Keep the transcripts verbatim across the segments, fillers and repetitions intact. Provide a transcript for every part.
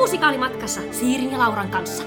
Musikaalimatkassa Siirin ja Lauran kanssa.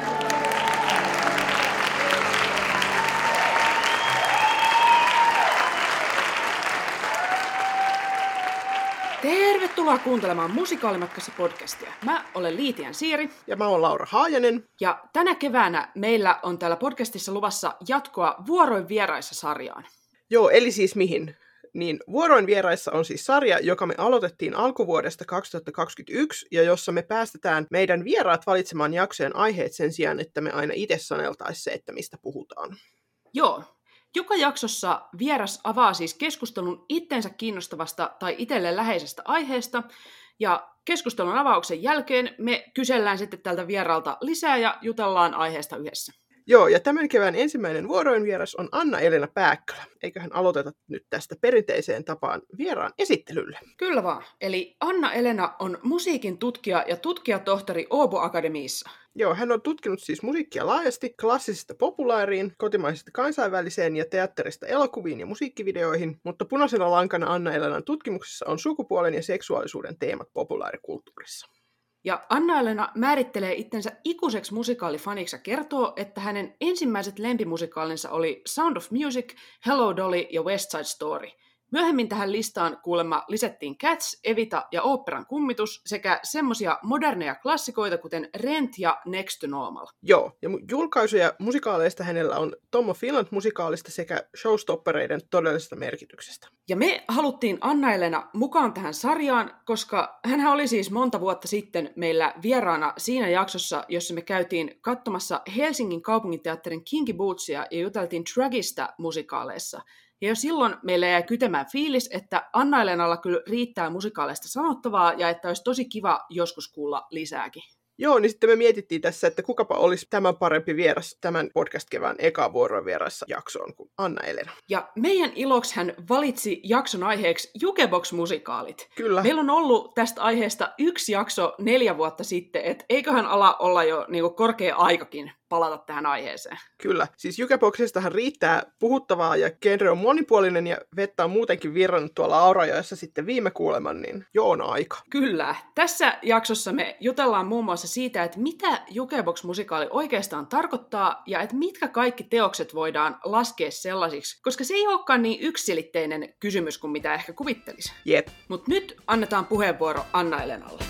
Tervetuloa kuuntelemaan Musikaalimatkassa podcastia. Mä olen Liitian Siiri. Ja mä oon Laura Haajanen. Ja tänä keväänä meillä on täällä podcastissa luvassa jatkoa Vuoroin vieraissa -sarjaan. Joo, eli siis mihin? Niin Vuoroin vieraissa on siis sarja, joka me aloitettiin alkuvuodesta kaksituhattakaksikymmentäyksi, ja jossa me päästetään meidän vieraat valitsemaan jaksojen aiheet sen sijaan, että me aina itse saneltaisiin se, että mistä puhutaan. Joo. Joka jaksossa vieras avaa siis keskustelun itteensä kiinnostavasta tai itselleen läheisestä aiheesta, ja keskustelun avauksen jälkeen me kysellään sitten tältä vieraalta lisää ja jutellaan aiheesta yhdessä. Joo, ja tämän kevään ensimmäinen Vuoroin vieras on Anna-Elena Pääkkölä. Eiköhän aloiteta nyt tästä perinteiseen tapaan vieraan esittelylle. Kyllä vaan. Eli Anna-Elena on musiikin tutkija ja tutkijatohtori Åbo Akademiissa. Joo, hän on tutkinut siis musiikkia laajasti, klassisesta populaariin, kotimaisesta kansainväliseen ja teatterista elokuviin ja musiikkivideoihin, mutta punaisena lankana Anna-Elenan tutkimuksessa on sukupuolen ja seksuaalisuuden teemat populaarikulttuurissa. Ja Anna-Elena määrittelee itsensä ikuiseksi musikaalifaniksi ja kertoo, että hänen ensimmäiset lempimusikaalinsa oli Sound of Music, Hello Dolly ja West Side Story. Myöhemmin tähän listaan kuulemma lisättiin Cats, Evita ja Oopperan kummitus sekä semmosia moderneja klassikoita kuten Rent ja Next to Normal. Joo, ja julkaisuja musikaaleista hänellä on Tom of Finland-musikaalista sekä showstoppereiden todellisesta merkityksestä. Ja me haluttiin Anna-Elena mukaan tähän sarjaan, koska hänhän oli siis monta vuotta sitten meillä vieraana siinä jaksossa, jossa me käytiin katsomassa Helsingin kaupunginteatterin Kinky Bootsia ja juteltiin dragista musikaaleissa. Ja jo silloin meillä jäi kytemään fiilis, että Anna-Elenalla kyllä riittää musikaaleista sanottavaa ja että olisi tosi kiva joskus kuulla lisääkin. Joo, niin sitten me mietittiin tässä, että kukapa olisi tämän parempi vieras tämän podcast-kevään eka Vuoroin vierassa jaksoon kuin Anna-Elena. Ja meidän iloksi hän valitsi jakson aiheeksi Jukebox-musikaalit. Kyllä. Meillä on ollut tästä aiheesta yksi jakso neljä vuotta sitten, että eiköhän ala olla jo niin korkea aikakin palata tähän aiheeseen. Kyllä. Siis Jukeboxistahan riittää puhuttavaa ja genre on monipuolinen ja vettä on muutenkin virrannut tuolla Aurajoessa sitten viime kuuleman, niin jo on aika. Kyllä. Tässä jaksossa me jutellaan muun muassa siitä, että mitä Jukebox-musikaali oikeastaan tarkoittaa ja että mitkä kaikki teokset voidaan laskea sellaisiksi, koska se ei olekaan niin yksiselitteinen kysymys kuin mitä ehkä kuvittelisi. Jep. Mutta nyt annetaan puheenvuoro Anna-Elenalle.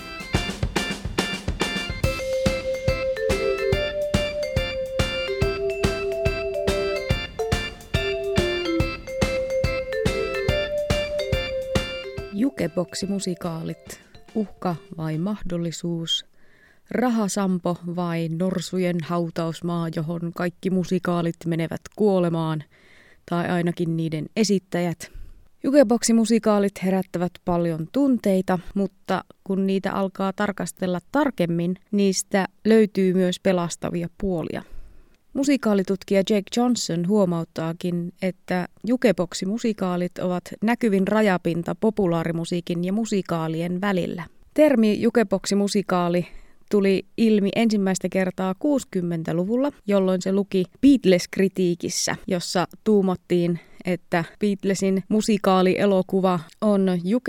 Jukebox-musikaalit, uhka vai mahdollisuus, rahasampo vai norsujen hautausmaa, johon kaikki musikaalit menevät kuolemaan, tai ainakin niiden esittäjät. Jukebox-musikaalit herättävät paljon tunteita, mutta kun niitä alkaa tarkastella tarkemmin, niistä löytyy myös pelastavia puolia. Musikaalitutkija Jake Johnson huomauttaakin, että jukebox-musikaalit ovat näkyvin rajapinta populaarimusiikin ja musikaalien välillä. Termi jukebox-musikaali tuli ilmi ensimmäistä kertaa kuusikymmentäluvulla, jolloin se luki Beatles-kritiikissä, jossa tuumattiin, että Beatlesin musikaalielokuva on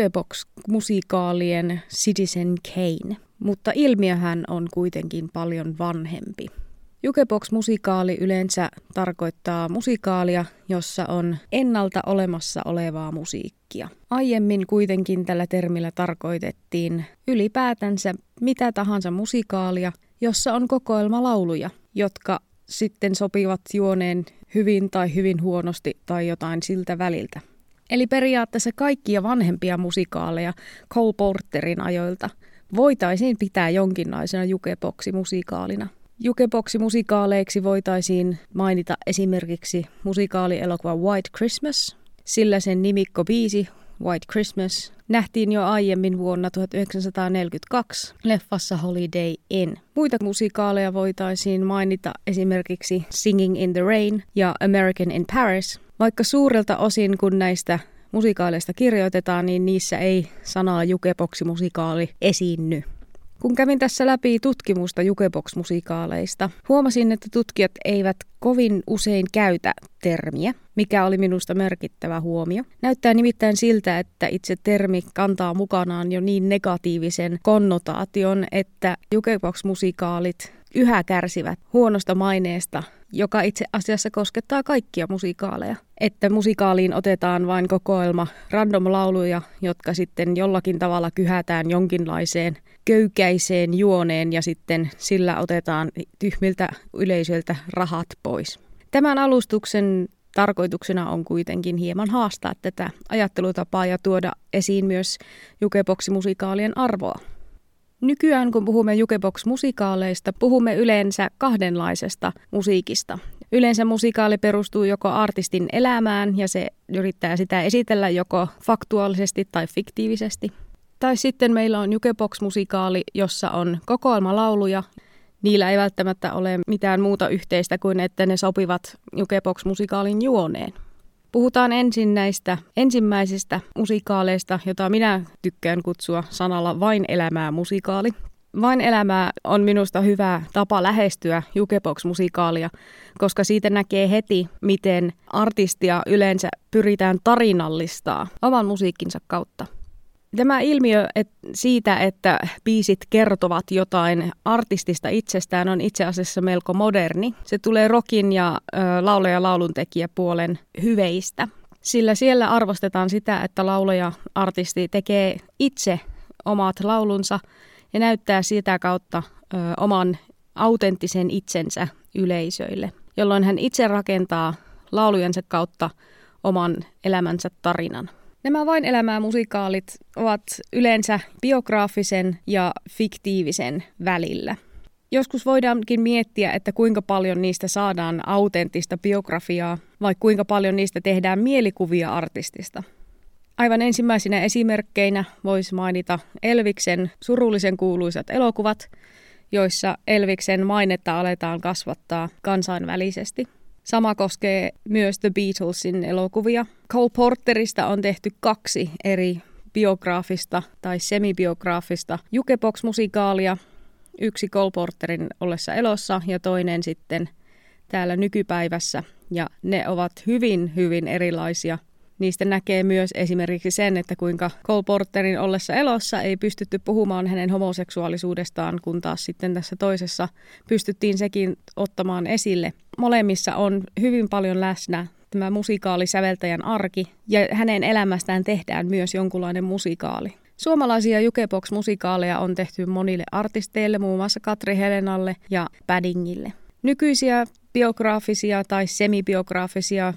jukebox-musikaalien Citizen Kane. Mutta ilmiöhän on kuitenkin paljon vanhempi. Jukebox-musikaali yleensä tarkoittaa musikaalia, jossa on ennalta olemassa olevaa musiikkia. Aiemmin kuitenkin tällä termillä tarkoitettiin ylipäätänsä mitä tahansa musikaalia, jossa on kokoelma lauluja, jotka sitten sopivat juoneen hyvin tai hyvin huonosti tai jotain siltä väliltä. Eli periaatteessa kaikkia vanhempia musikaaleja Cole Porterin ajoilta voitaisiin pitää jonkinlaisena jukebox-musikaalina. Jukebox-musikaaleiksi voitaisiin mainita esimerkiksi musikaalielokuva White Christmas, sillä sen nimikkobiisi White Christmas nähtiin jo aiemmin vuonna tuhatyhdeksänsataaneljäkymmentäkaksi leffassa Holiday Inn. Muita musikaaleja voitaisiin mainita esimerkiksi Singing in the Rain ja American in Paris, vaikka suurelta osin kun näistä musikaaleista kirjoitetaan, niin niissä ei sanaa jukebox-musikaali esiinny. Kun kävin tässä läpi tutkimusta Jukebox-musikaaleista, huomasin, että tutkijat eivät kovin usein käytä termiä, mikä oli minusta merkittävä huomio. Näyttää nimittäin siltä, että itse termi kantaa mukanaan jo niin negatiivisen konnotaation, että Jukebox-musikaalit yhä kärsivät huonosta maineesta, joka itse asiassa koskettaa kaikkia musikaaleja. Että musikaaliin otetaan vain kokoelma random lauluja, jotka sitten jollakin tavalla kyhätään jonkinlaiseen köykäiseen juoneen ja sitten sillä otetaan tyhmiltä yleisöiltä rahat pois. Tämän alustuksen tarkoituksena on kuitenkin hieman haastaa tätä ajattelutapaa ja tuoda esiin myös Jukebox-musikaalien arvoa. Nykyään kun puhumme Jukebox-musikaaleista, puhumme yleensä kahdenlaisesta musiikista. Yleensä musikaali perustuu joko artistin elämään ja se yrittää sitä esitellä joko faktuaalisesti tai fiktiivisesti. Tai sitten meillä on Jukebox-musikaali, jossa on kokoelma lauluja. Niillä ei välttämättä ole mitään muuta yhteistä kuin että ne sopivat Jukebox-musikaalin juoneen. Puhutaan ensin näistä ensimmäisistä musikaaleista, jota minä tykkään kutsua sanalla Vain elämää musikaali. Vain elämää on minusta hyvä tapa lähestyä Jukebox-musikaalia, koska siitä näkee heti, miten artistia yleensä pyritään tarinallistaa oman musiikkinsa kautta. Tämä ilmiö et siitä, että biisit kertovat jotain artistista itsestään, on itse asiassa melko moderni. Se tulee rockin ja ö, laulaja- ja lauluntekijäpuolen hyveistä, sillä siellä arvostetaan sitä, että laulaja-artisti tekee itse omat laulunsa ja näyttää sitä kautta ö, oman autenttisen itsensä yleisöille, jolloin hän itse rakentaa laulujensa kautta oman elämänsä tarinan. Nämä Vain elämää musikaalit ovat yleensä biograafisen ja fiktiivisen välillä. Joskus voidaankin miettiä, että kuinka paljon niistä saadaan autenttista biografiaa vai kuinka paljon niistä tehdään mielikuvia artistista. Aivan ensimmäisinä esimerkkeinä voisi mainita Elviksen surullisen kuuluisat elokuvat, joissa Elviksen mainetta aletaan kasvattaa kansainvälisesti. Sama koskee myös The Beatlesin elokuvia. Cole Porterista on tehty kaksi eri biograafista tai semibiograafista Jukebox-musikaalia. Yksi Cole Porterin ollessa elossa ja toinen sitten täällä nykypäivässä. Ja ne ovat hyvin, hyvin erilaisia. Niistä näkee myös esimerkiksi sen, että kuinka Cole Porterin ollessa elossa ei pystytty puhumaan hänen homoseksuaalisuudestaan, kun taas sitten tässä toisessa pystyttiin sekin ottamaan esille. Molemmissa on hyvin paljon läsnä tämä musikaalisäveltäjän arki ja hänen elämästään tehdään myös jonkunlainen musikaali. Suomalaisia Jukebox-musikaaleja on tehty monille artisteille, muun muassa Katri Helenalle ja Paddingille. Nykyisiä biograafisia tai semibiograafisia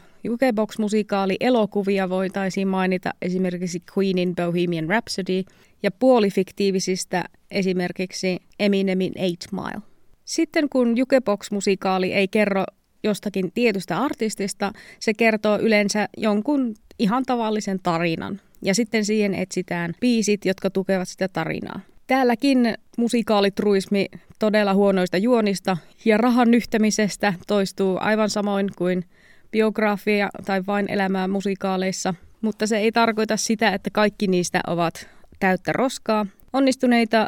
Jukebox-musikaali-elokuvia voitaisiin mainita esimerkiksi Queenin Bohemian Rhapsody ja puolifiktiivisistä esimerkiksi Eminemin Eight Mile. Sitten kun Jukebox-musikaali ei kerro jostakin tietystä artistista, se kertoo yleensä jonkun ihan tavallisen tarinan ja sitten siihen etsitään biisit, jotka tukevat sitä tarinaa. Täälläkin musikaalitruismi todella huonoista juonista ja rahan nyhtämisestä toistuu aivan samoin kuin biografia tai Vain elämää musikaaleissa, mutta se ei tarkoita sitä, että kaikki niistä ovat täyttä roskaa. Onnistuneita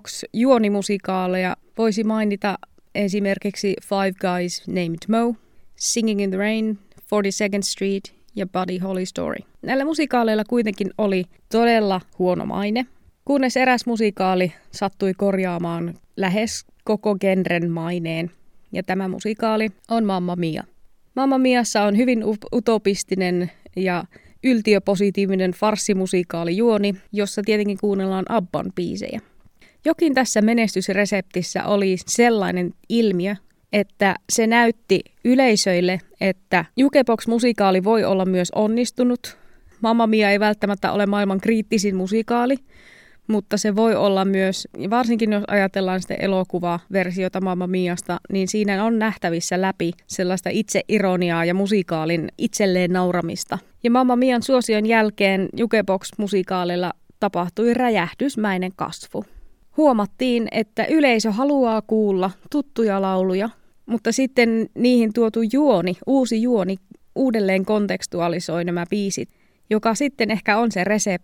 Jukebox-juonimusikaaleja voisi mainita esimerkiksi Five Guys Named Mo, Singing in the Rain, forty-second Street ja Buddy Holly Story. Näillä musikaaleilla kuitenkin oli todella huono maine, kunnes eräs musikaali sattui korjaamaan lähes koko genren maineen, ja tämä musikaali on Mamma Mia. Mamma Miassa on hyvin utopistinen ja yltiöpositiivinen farssimusikaalijuoni, jossa tietenkin kuunnellaan Abban biisejä. Jokin tässä menestysreseptissä oli sellainen ilmiö, että se näytti yleisöille, että Jukebox-musikaali voi olla myös onnistunut. Mamma Mia ei välttämättä ole maailman kriittisin musikaali, mutta se voi olla myös, varsinkin jos ajatellaan sitä elokuvaversiota Mamma Miasta, niin siinä on nähtävissä läpi sellaista itseironiaa ja musikaalin itselleen nauramista. Ja Mamma Mian suosion jälkeen Jukebox-musikaalilla tapahtui räjähdysmäinen kasvu. Huomattiin, että yleisö haluaa kuulla tuttuja lauluja, mutta sitten niihin tuotu juoni, uusi juoni, uudelleen kontekstualisoi nämä biisit, joka sitten ehkä on se resepti.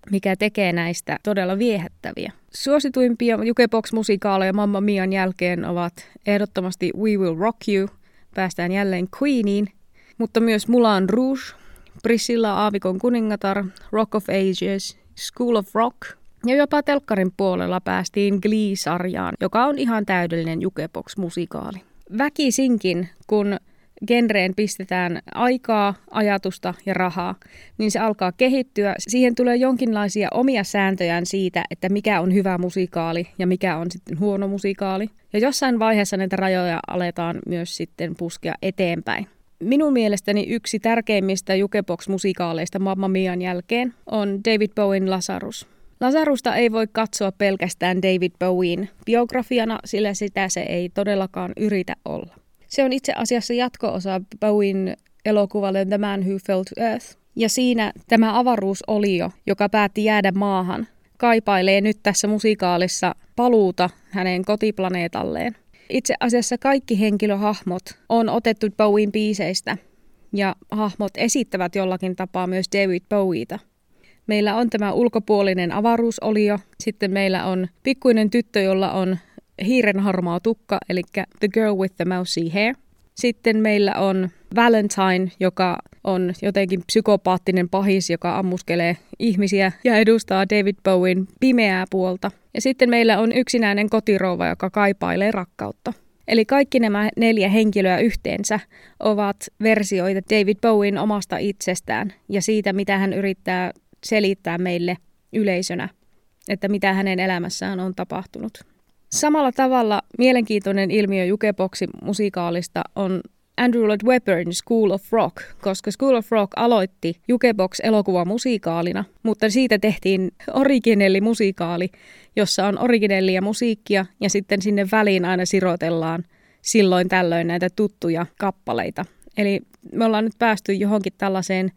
mikä tekee näistä todella viehättäviä. Suosituimpia Jukebox-musikaaleja Mamma Mian jälkeen ovat ehdottomasti We Will Rock You, päästään jälleen Queeniin, mutta myös Moulin Rouge, Priscilla Aavikon kuningatar, Rock of Ages, School of Rock ja jopa telkkarin puolella päästiin Glee-sarjaan, joka on ihan täydellinen Jukebox-musikaali. Väkisinkin, kun genreen pistetään aikaa, ajatusta ja rahaa, niin se alkaa kehittyä. Siihen tulee jonkinlaisia omia sääntöjään siitä, että mikä on hyvä musikaali ja mikä on sitten huono musikaali. Ja jossain vaiheessa näitä rajoja aletaan myös sitten puskea eteenpäin. Minun mielestäni yksi tärkeimmistä Jukebox-musikaaleista Mamma Mian jälkeen on David Bowen Lazarus. Lazarusta ei voi katsoa pelkästään David Bowen biografiana, sillä sitä se ei todellakaan yritä olla. Se on itse asiassa jatko-osa Bowen elokuvalle The Man Who Fell to Earth. Ja siinä tämä avaruusolio, joka päätti jäädä maahan, kaipailee nyt tässä musikaalissa paluuta hänen kotiplaneetalleen. Itse asiassa kaikki henkilöhahmot on otettu Bowen biiseistä ja hahmot esittävät jollakin tapaa myös David Bowieta. Meillä on tämä ulkopuolinen avaruusolio, sitten meillä on pikkuinen tyttö, jolla on hiirenharmaa tukka, eli The Girl with the Mousy Hair. Sitten meillä on Valentine, joka on jotenkin psykopaattinen pahis, joka ammuskelee ihmisiä ja edustaa David Bowen pimeää puolta. Ja sitten meillä on yksinäinen kotirouva, joka kaipailee rakkautta. Eli kaikki nämä neljä henkilöä yhteensä ovat versioita David Bowen omasta itsestään ja siitä, mitä hän yrittää selittää meille yleisönä, että mitä hänen elämässään on tapahtunut. Samalla tavalla mielenkiintoinen ilmiö Jukebox-musikaalista on Andrew Lloyd Webberin School of Rock, koska School of Rock aloitti Jukebox-elokuvamusikaalina, mutta siitä tehtiin originellimusikaali, jossa on originellia musiikkia ja sitten sinne väliin aina sirotellaan silloin tällöin näitä tuttuja kappaleita. Eli me ollaan nyt päästy johonkin tällaiseen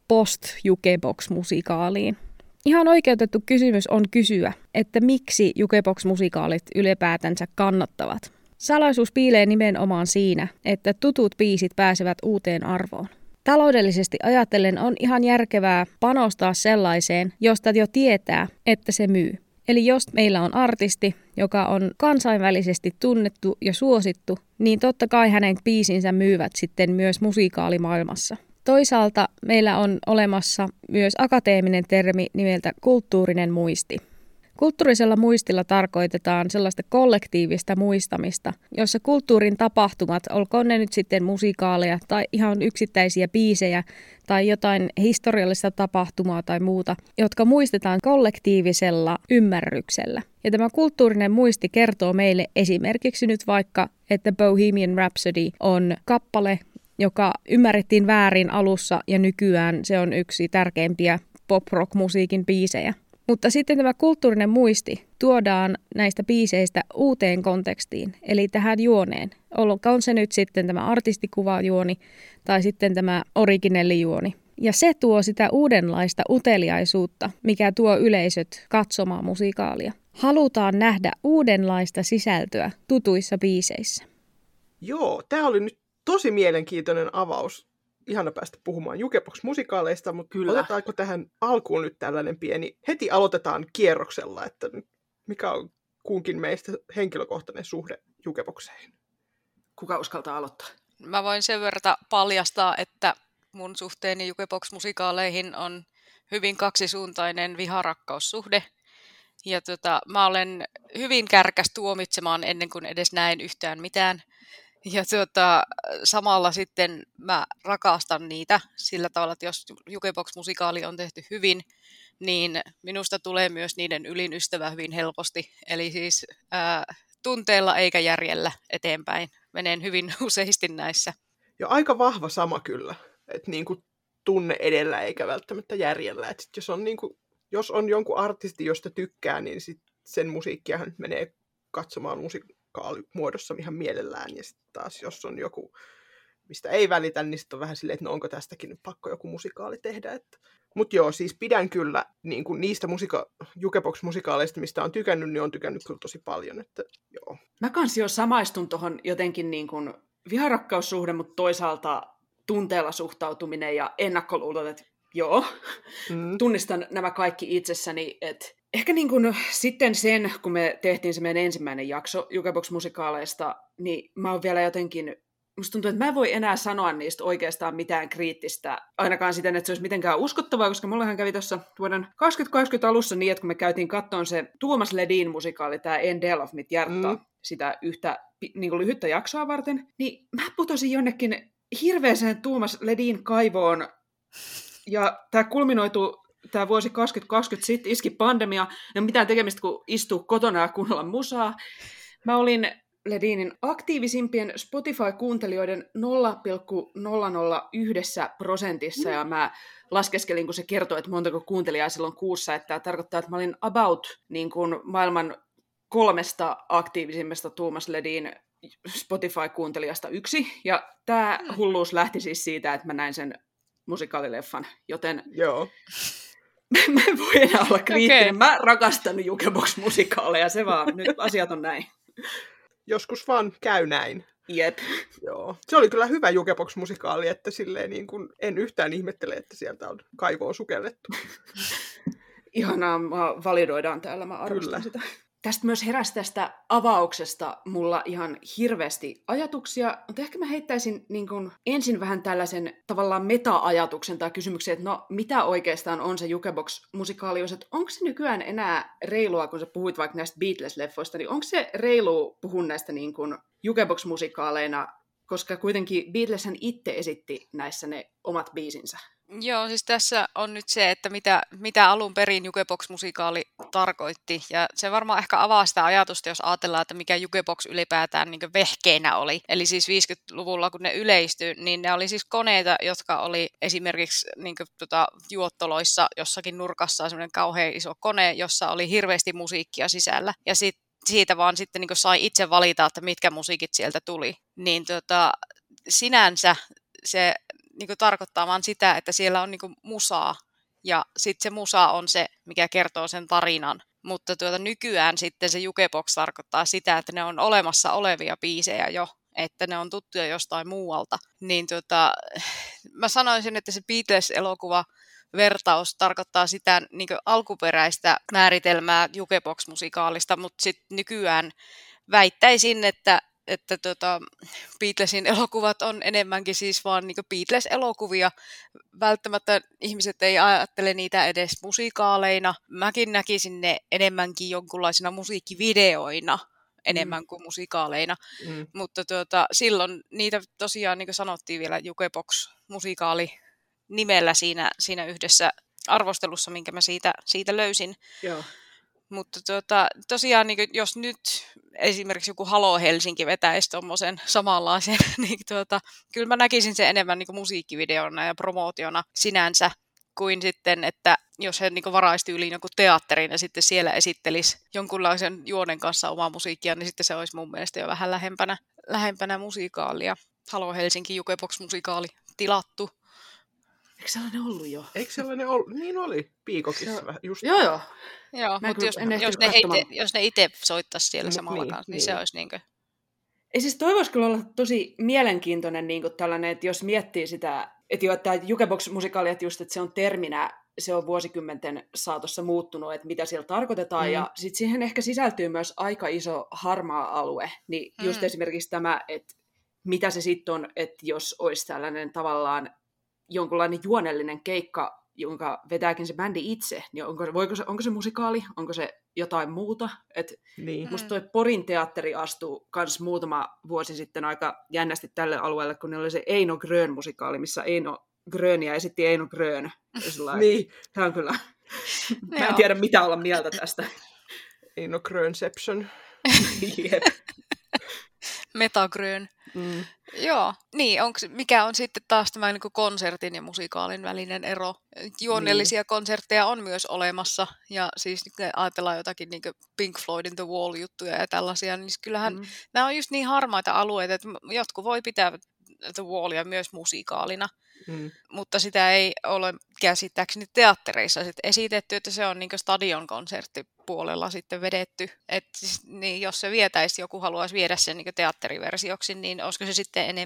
post-Jukebox-musikaaliin. Ihan oikeutettu kysymys on kysyä, että miksi Jukebox-musikaalit ylipäätänsä kannattavat. Salaisuus piilee nimenomaan siinä, että tutut biisit pääsevät uuteen arvoon. Taloudellisesti ajatellen on ihan järkevää panostaa sellaiseen, josta jo tietää, että se myy. Eli jos meillä on artisti, joka on kansainvälisesti tunnettu ja suosittu, niin totta kai hänen biisinsä myyvät sitten myös musikaalimaailmassa. Toisaalta meillä on olemassa myös akateeminen termi nimeltä kulttuurinen muisti. Kulttuurisella muistilla tarkoitetaan sellaista kollektiivista muistamista, jossa kulttuurin tapahtumat, olkoon ne nyt sitten musikaaleja tai ihan yksittäisiä biisejä tai jotain historiallista tapahtumaa tai muuta, jotka muistetaan kollektiivisella ymmärryksellä. Ja tämä kulttuurinen muisti kertoo meille esimerkiksi nyt vaikka, että Bohemian Rhapsody on kappale, joka ymmärrettiin väärin alussa ja nykyään se on yksi tärkeimpiä pop-rock-musiikin biisejä. Mutta sitten tämä kulttuurinen muisti tuodaan näistä biiseistä uuteen kontekstiin, eli tähän juoneen. On se nyt sitten tämä artistikuvajuoni tai sitten tämä originellijuoni. Ja se tuo sitä uudenlaista uteliaisuutta, mikä tuo yleisöt katsomaan musikaalia. Halutaan nähdä uudenlaista sisältöä tutuissa biiseissä. Joo, tämä oli nyt tosi mielenkiintoinen avaus. Ihana päästä puhumaan Jukebox-musikaaleista, mutta Kyllä. otetaanko tähän alkuun nyt tällainen pieni, heti aloitetaan kierroksella, että mikä on kunkin meistä henkilökohtainen suhde Jukeboxeihin? Kuka uskaltaa aloittaa? Mä voin sen verran paljastaa, että mun suhteeni Jukebox-musikaaleihin on hyvin kaksisuuntainen viharakkaussuhde. Ja tota, mä olen hyvin kärkäs tuomitsemaan ennen kuin edes näen yhtään mitään. Ja tuota, samalla sitten mä rakastan niitä sillä tavalla, että jos Jukebox-musikaali on tehty hyvin, niin minusta tulee myös niiden ylin ystävä hyvin helposti. Eli siis ää, tunteella eikä järjellä eteenpäin. Menen hyvin useasti näissä. Ja aika vahva sama kyllä, että niin kuin tunne edellä eikä välttämättä järjellä. Et sit jos, on niin kuin, jos on jonkun artisti, josta tykkää, niin sit sen musiikkiahan menee katsomaan musiikkia muodossa ihan mielellään, ja sitten taas jos on joku, mistä ei välitä, niin sitten on vähän silleen, että no onko tästäkin nyt pakko joku musikaali tehdä. Että... Mutta joo, siis pidän kyllä niin kuin niistä musika- Jukebox-musikaaleista, mistä on tykännyt, niin on tykännyt kyllä tosi paljon. Että, joo. Mä kans jo samaistun tuohon jotenkin niin kuin viharakkaussuhde, mutta toisaalta tunteella suhtautuminen ja ennakkoluulot, että joo, Mm. tunnistan nämä kaikki itsessäni, että ehkä niin kuin sitten sen, kun me tehtiin se meidän ensimmäinen jakso Jukebox-musikaaleista, niin mä oon vielä jotenkin, musta tuntuu, että mä en voi enää sanoa niistä oikeastaan mitään kriittistä, ainakaan siten, että se olisi mitenkään uskottavaa, koska mullahan kävi tuossa vuoden kaksituhattakaksikymmentä alussa niin, että kun me käytiin kattoon se Tuomas Ledin musikaali, tämä En del of mitt hjärta, mm. sitä yhtä niin kuin lyhyttä jaksoa varten, niin mä putosin jonnekin hirveäseen Tuomas Ledin kaivoon, ja tämä kulminoitu tämä vuosi kaksituhattakaksikymmentä, sitten iski pandemia, ja mitään tekemistä kuin istua kotona ja kuunnella musaa. Mä olin Ledinin aktiivisimpien Spotify-kuuntelijoiden nolla pilkku nolla nolla yksi prosentissa, ja mä laskeskelin, kun se kertoi, että montako kuuntelijaa silloin kuussa, että tämä tarkoittaa, että mä olin about niin kuin maailman kolmesta aktiivisimmasta Tuomas Ledin Spotify-kuuntelijasta yksi, ja tämä hulluus lähti siis siitä, että mä näin sen musikaalileffan, joten Joo. mä en voi enää olla kriittinen. Okay. Mä rakastan Jukebox-musikaaleja, se vaan, nyt asiat on näin. Joskus vaan käy näin. Jep. Joo. Se oli kyllä hyvä Jukebox-musikaali, että silleen niin kuin en yhtään ihmettele, että sieltä on kaivoon sukellettu. Ihanaa, mä validoidaan täällä, mä arvostan sitä. Tästä myös heräsi tästä avauksesta mulla ihan hirveästi ajatuksia, mutta ehkä mä heittäisin niin kun ensin vähän tällaisen tavallaan meta-ajatuksen tai kysymyksen, että no mitä oikeastaan on se Jukebox-musikaalius, että onko se nykyään enää reilua, kun sä puhuit vaikka näistä Beatles-leffoista, niin onko se reilu puhua näistä niin kun Jukebox-musikaaleina, koska kuitenkin Beatleshän itse esitti näissä ne omat biisinsä. Joo, siis tässä on nyt se, että mitä, mitä alun perin Jukebox-musikaali tarkoitti. Ja se varmaan ehkä avaa sitä ajatusta, jos ajatellaan, että mikä Jukebox ylipäätään niin kuin vehkeinä oli. Eli siis viisikymmentäluvulla, kun ne yleistyi, niin ne oli siis koneita, jotka oli esimerkiksi niin kuin, tota, juottoloissa jossakin nurkassa semmoinen kauhean iso kone, jossa oli hirveästi musiikkia sisällä. Ja sitten siitä vaan sitten niin kuin sai itse valita, että mitkä musiikit sieltä tuli. Niin tota, sinänsä se niin kuin tarkoittaa vaan sitä, että siellä on niin kuin musaa, ja sitten se musa on se, mikä kertoo sen tarinan. Mutta tuota, nykyään sitten se Jukebox tarkoittaa sitä, että ne on olemassa olevia biisejä jo, että ne on tuttuja jostain muualta. Niin tuota, mä sanoisin, että se Beatles-elokuva vertaus tarkoittaa sitä niin kuin alkuperäistä määritelmää Jukebox-musikaalista, mutta sitten nykyään väittäisin, että että tota, Beatlesin elokuvat on enemmänkin siis vaan niinku Beatles-elokuvia. Välttämättä ihmiset ei ajattele niitä edes musikaaleina. Mäkin näkisin ne enemmänkin jonkunlaisina musiikkivideoina enemmän mm. kuin musikaaleina. Mm. Mutta tuota, silloin niitä tosiaan, niin kuin sanottiin vielä, Jukebox-musikaali nimellä siinä, siinä yhdessä arvostelussa, minkä mä siitä, siitä löysin. Joo. Mutta tuota, tosiaan, niin jos nyt esimerkiksi joku Halo Helsinki vetäisi tuommoisen samanlaisen, niin tuota, kyllä mä näkisin sen enemmän niin musiikkivideona ja promootiona sinänsä, kuin sitten, että jos he niin varaisi tyyliin jonkun teatterin ja sitten siellä esittelisi jonkunlaisen juonen kanssa omaa musiikkia, niin sitten se olisi mun mielestä jo vähän lähempänä, lähempänä musikaalia. Halo Helsinki Jukebox-musikaali tilattu. Eikö sellainen ollut jo? Eikö sellainen ollut? Niin oli Piikokissa vähän just. Joo, joo. Joo, mutta jos, jos, ne ite, jos ne itse soittaisi siellä no, samalla niin, kanssa, niin, niin se olisi niin kuin... Ei siis toi voisi kyllä olla tosi mielenkiintoinen niin kuin tällainen, että jos miettii sitä, että jo, että Jukebox-musikaali, että just, että se on terminä, se on vuosikymmenten saatossa muuttunut, että mitä siellä tarkoitetaan, mm. ja sitten siihen ehkä sisältyy myös aika iso harmaa alue, niin just mm. esimerkiksi tämä, että mitä se sitten on, että jos olisi tällainen tavallaan jonkunlainen juonellinen keikka, jonka vetääkin se bändi itse, niin onko, voiko se, onko se musikaali, onko se jotain muuta? Et niin. Musta toi Porin teatteri astui kans muutama vuosi sitten aika jännästi tälle alueelle, kun ne oli se Eino Grön-musikaali, missä Eino Gröniä esitti Eino Grön. Niin. Se on kyllä. Mä en tiedä, mitä olla mieltä tästä. Eino Grönception. Jep. Metagrön. Mm. Joo, niin onks, mikä on sitten taas tämä niin kuin konsertin ja musikaalin välinen ero? Juonellisia niin. konsertteja on myös olemassa, ja siis nyt ajatellaan jotakin niin kuin Pink Floydin The Wall-juttuja ja tällaisia, niin kyllähän mm. nämä on just niin harmaita alueita, että jotkut voi pitää The Wallia myös musikaalina, mm. mutta sitä ei ole käsittääkseni teattereissa sit esitetty, että se on niin kuin stadionkonserttipuolella sitten vedetty. Et, niin jos se vietäisi, joku haluaisi viedä sen niin kuin teatteriversioksi, niin olisiko se sitten enemmän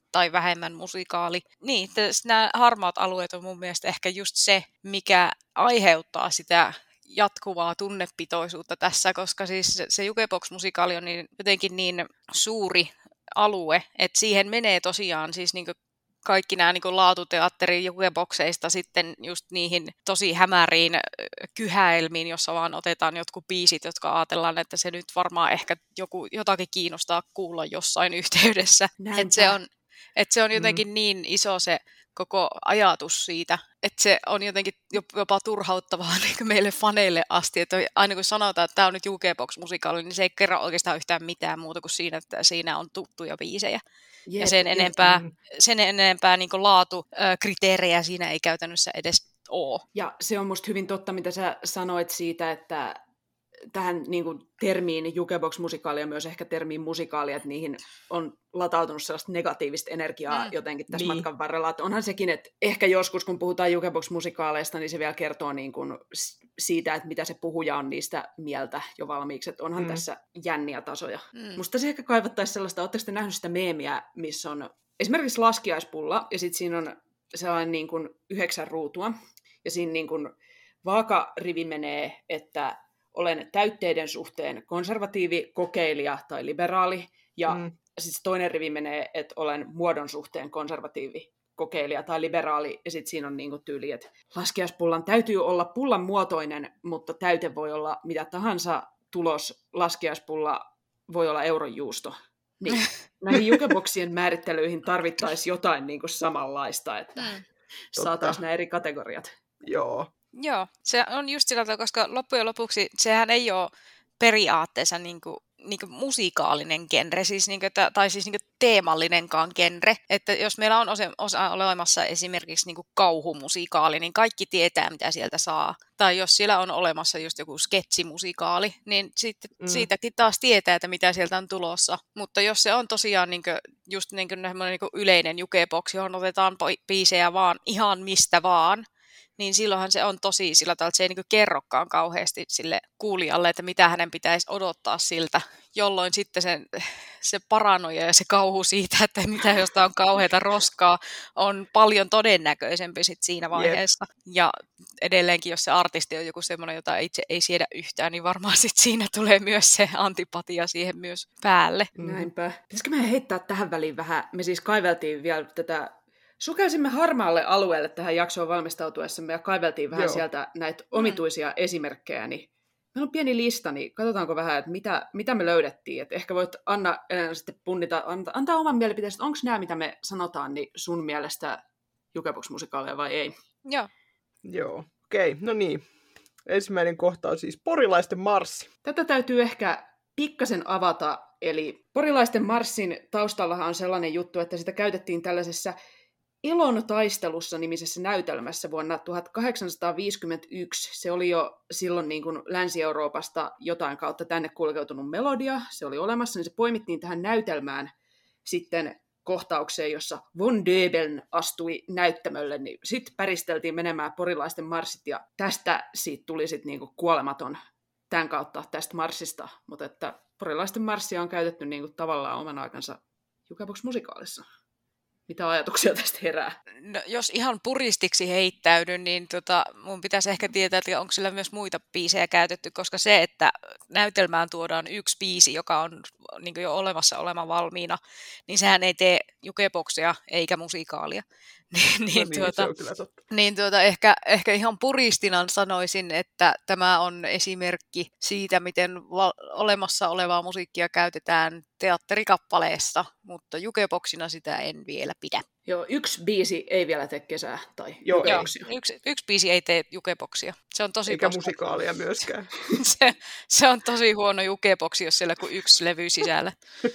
tai vähemmän musikaali. Niin, nämä harmaat alueet on mun mielestä ehkä just se, mikä aiheuttaa sitä jatkuvaa tunnepitoisuutta tässä, koska siis se, se Jukebox-musikaali on niin, jotenkin niin suuri alue, että siihen menee tosiaan siis niin kaikki nämä niin laatuteatterin jukebokseista sitten just niihin tosi hämäriin kyhäelmiin, jossa vaan otetaan jotkut biisit, jotka ajatellaan, että se nyt varmaan ehkä joku, jotakin kiinnostaa kuulla jossain yhteydessä. Että se on, et se on jotenkin mm. niin iso se koko ajatus siitä, että se on jotenkin jopa turhauttavaa niin meille faneille asti, että aina kun sanotaan, että tämä on nyt Jukebox-musikaali, niin se ei kerro oikeastaan yhtään mitään muuta kuin siinä, että siinä on tuttuja biisejä. Jep, ja sen jep, enempää, mm. sen enempää niin kuin laatukriteerejä siinä ei käytännössä edes ole. Ja se on musta hyvin totta, mitä sä sanoit siitä, että tähän niin kuin termiin Jukebox-musikaali ja myös ehkä termiin musikaali, että niihin on latautunut sellaista negatiivista energiaa mm. jotenkin tässä niin. matkan varrella. Että onhan sekin, että ehkä joskus kun puhutaan Jukebox-musikaaleista, niin se vielä kertoo niin kuin siitä, että mitä se puhuja on niistä mieltä jo valmiiksi. Että onhan mm. tässä jänniä tasoja. Mm. Musta se ehkä kaivattaisi sellaista, ootteko te nähnyt sitä meemiä, missä on esimerkiksi laskiaispulla ja sitten siinä on sellainen niin kuin yhdeksän ruutua ja siinä niin kuin vaakarivi menee, että olen täytteiden suhteen konservatiivi, kokeilija tai liberaali. Ja mm. sitten toinen rivi menee, että olen muodon suhteen konservatiivi, kokeilija tai liberaali. Ja sitten siinä on niinku tyyli, että laskiaispullan täytyy olla pullan muotoinen, mutta täyte voi olla mitä tahansa. Tulos laskiaispulla voi olla euronjuusto. Niin näihin jukeboksien määrittelyihin tarvittaisiin jotain niinku samanlaista, että mm. saataisiin nämä eri kategoriat. Joo. Joo, se on just sillä tavalla, koska loppujen lopuksi sehän ei ole periaatteessa niin kuin, niin kuin musikaalinen genre, siis niin kuin, tai siis niin kuin teemallinenkaan genre. Että jos meillä on osa, osa olemassa esimerkiksi niin kuin kauhumusikaali, niin kaikki tietää, mitä sieltä saa. Tai jos siellä on olemassa just joku sketsimusikaali, niin sitten mm. siitäkin taas tietää, että mitä sieltä on tulossa. Mutta jos se on tosiaan niin kuin, just niin kuin, niin kuin yleinen jukebox, johon otetaan biisejä vaan ihan mistä vaan, niin silloinhan se on tosi sillä tavalla, että se ei niin kerrokaan kauheasti sille kuulijalle, että mitä hänen pitäisi odottaa siltä, jolloin sitten se, se paranoia ja se kauhu siitä, että mitä jostain on kauheata roskaa, on paljon todennäköisempi sit siinä vaiheessa. Yep. Ja edelleenkin, jos se artisti on joku semmoinen, jota itse ei siedä yhtään, niin varmaan sit siinä tulee myös se antipatia siihen myös päälle. Näinpä. Pitäisikö meidän heittää tähän väliin vähän? Me siis kaiveltiin vielä tätä Sukelsimme harmaalle alueelle tähän jaksoon valmistautuessamme ja kaiveltiin vähän Joo. sieltä näitä omituisia mm. esimerkkejä. Niin meillä on pieni lista, niin katsotaanko vähän, että mitä, mitä me löydettiin. Et ehkä voit Anna Elena sitten punnita, anta, antaa oman mielipiteen, että onko nämä, mitä me sanotaan, niin sun mielestä Jukebox-musikaaleja vai ei? Joo. Joo, okei, okay. No niin. Ensimmäinen kohta on siis Porilaisten marssi. Tätä täytyy ehkä pikkasen avata, eli Porilaisten marssin taustallahan on sellainen juttu, että sitä käytettiin tällaisessa Ilon taistelussa nimisessä näytelmässä vuonna tuhatkahdeksansataaviisikymmentäyksi. Se oli jo silloin niin kuin Länsi-Euroopasta jotain kautta tänne kulkeutunut melodia. Se oli olemassa, niin se poimittiin tähän näytelmään sitten kohtaukseen, jossa Von Döbeln astui näyttämölle. Niin sitten päristeltiin menemään Porilaisten marssit ja tästä siitä tuli sitten niin kuin kuolematon tämän kautta tästä marssista. Mutta että Porilaisten marssia on käytetty niin kuin tavallaan oman aikansa Jukebox-musikaalissa. Mitä ajatuksia tästä herää? No, jos ihan puristiksi heittäydyn, niin tota, mun pitäisi ehkä tietää, että onko sillä myös muita biisejä käytetty, koska se, että näytelmään tuodaan yksi biisi, joka on niin jo olemassa olema valmiina, niin sehän ei tee jukeboxia eikä musikaalia. niin, niin, no niin, tuota, se on kyllä totta. Niin tuota, ehkä, ehkä ihan puristinan sanoisin, että tämä on esimerkki siitä, miten la- olemassa olevaa musiikkia käytetään teatterikappaleessa, mutta jukeboxina sitä en vielä pidä. Joo, yksi biisi ei vielä tee kesää tai Joo, Joo yksi, yksi biisi ei tee jukeboxia. Se on tosi eikä poska. musikaalia myöskään. se, se on tosi huono jukeboxi, jos siellä on yksi levy sisällä.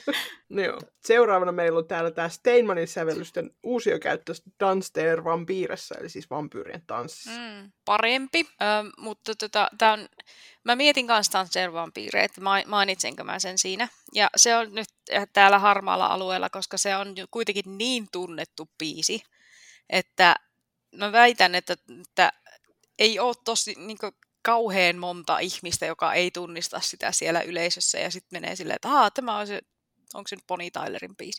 No joo. Seuraavana meillä on täällä tämä Steinmanin sävellysten uusiokäyttö Dans der Vampiressa, eli siis vampyyrien tanssi. Mm, parempi, ö, mutta tota, tää on, mä mietin kanssa Dans der Vampire, että mainitsenko mä sen siinä. Ja se on nyt täällä harmaalla alueella, koska se on kuitenkin niin tunnettu biisi, että mä väitän, että, että ei ole tosi niin kuin, kauhean monta ihmistä, joka ei tunnista sitä siellä yleisössä ja sitten menee silleen, että aah, tämä on se, onko se nyt Bonnie Tylerin biisi?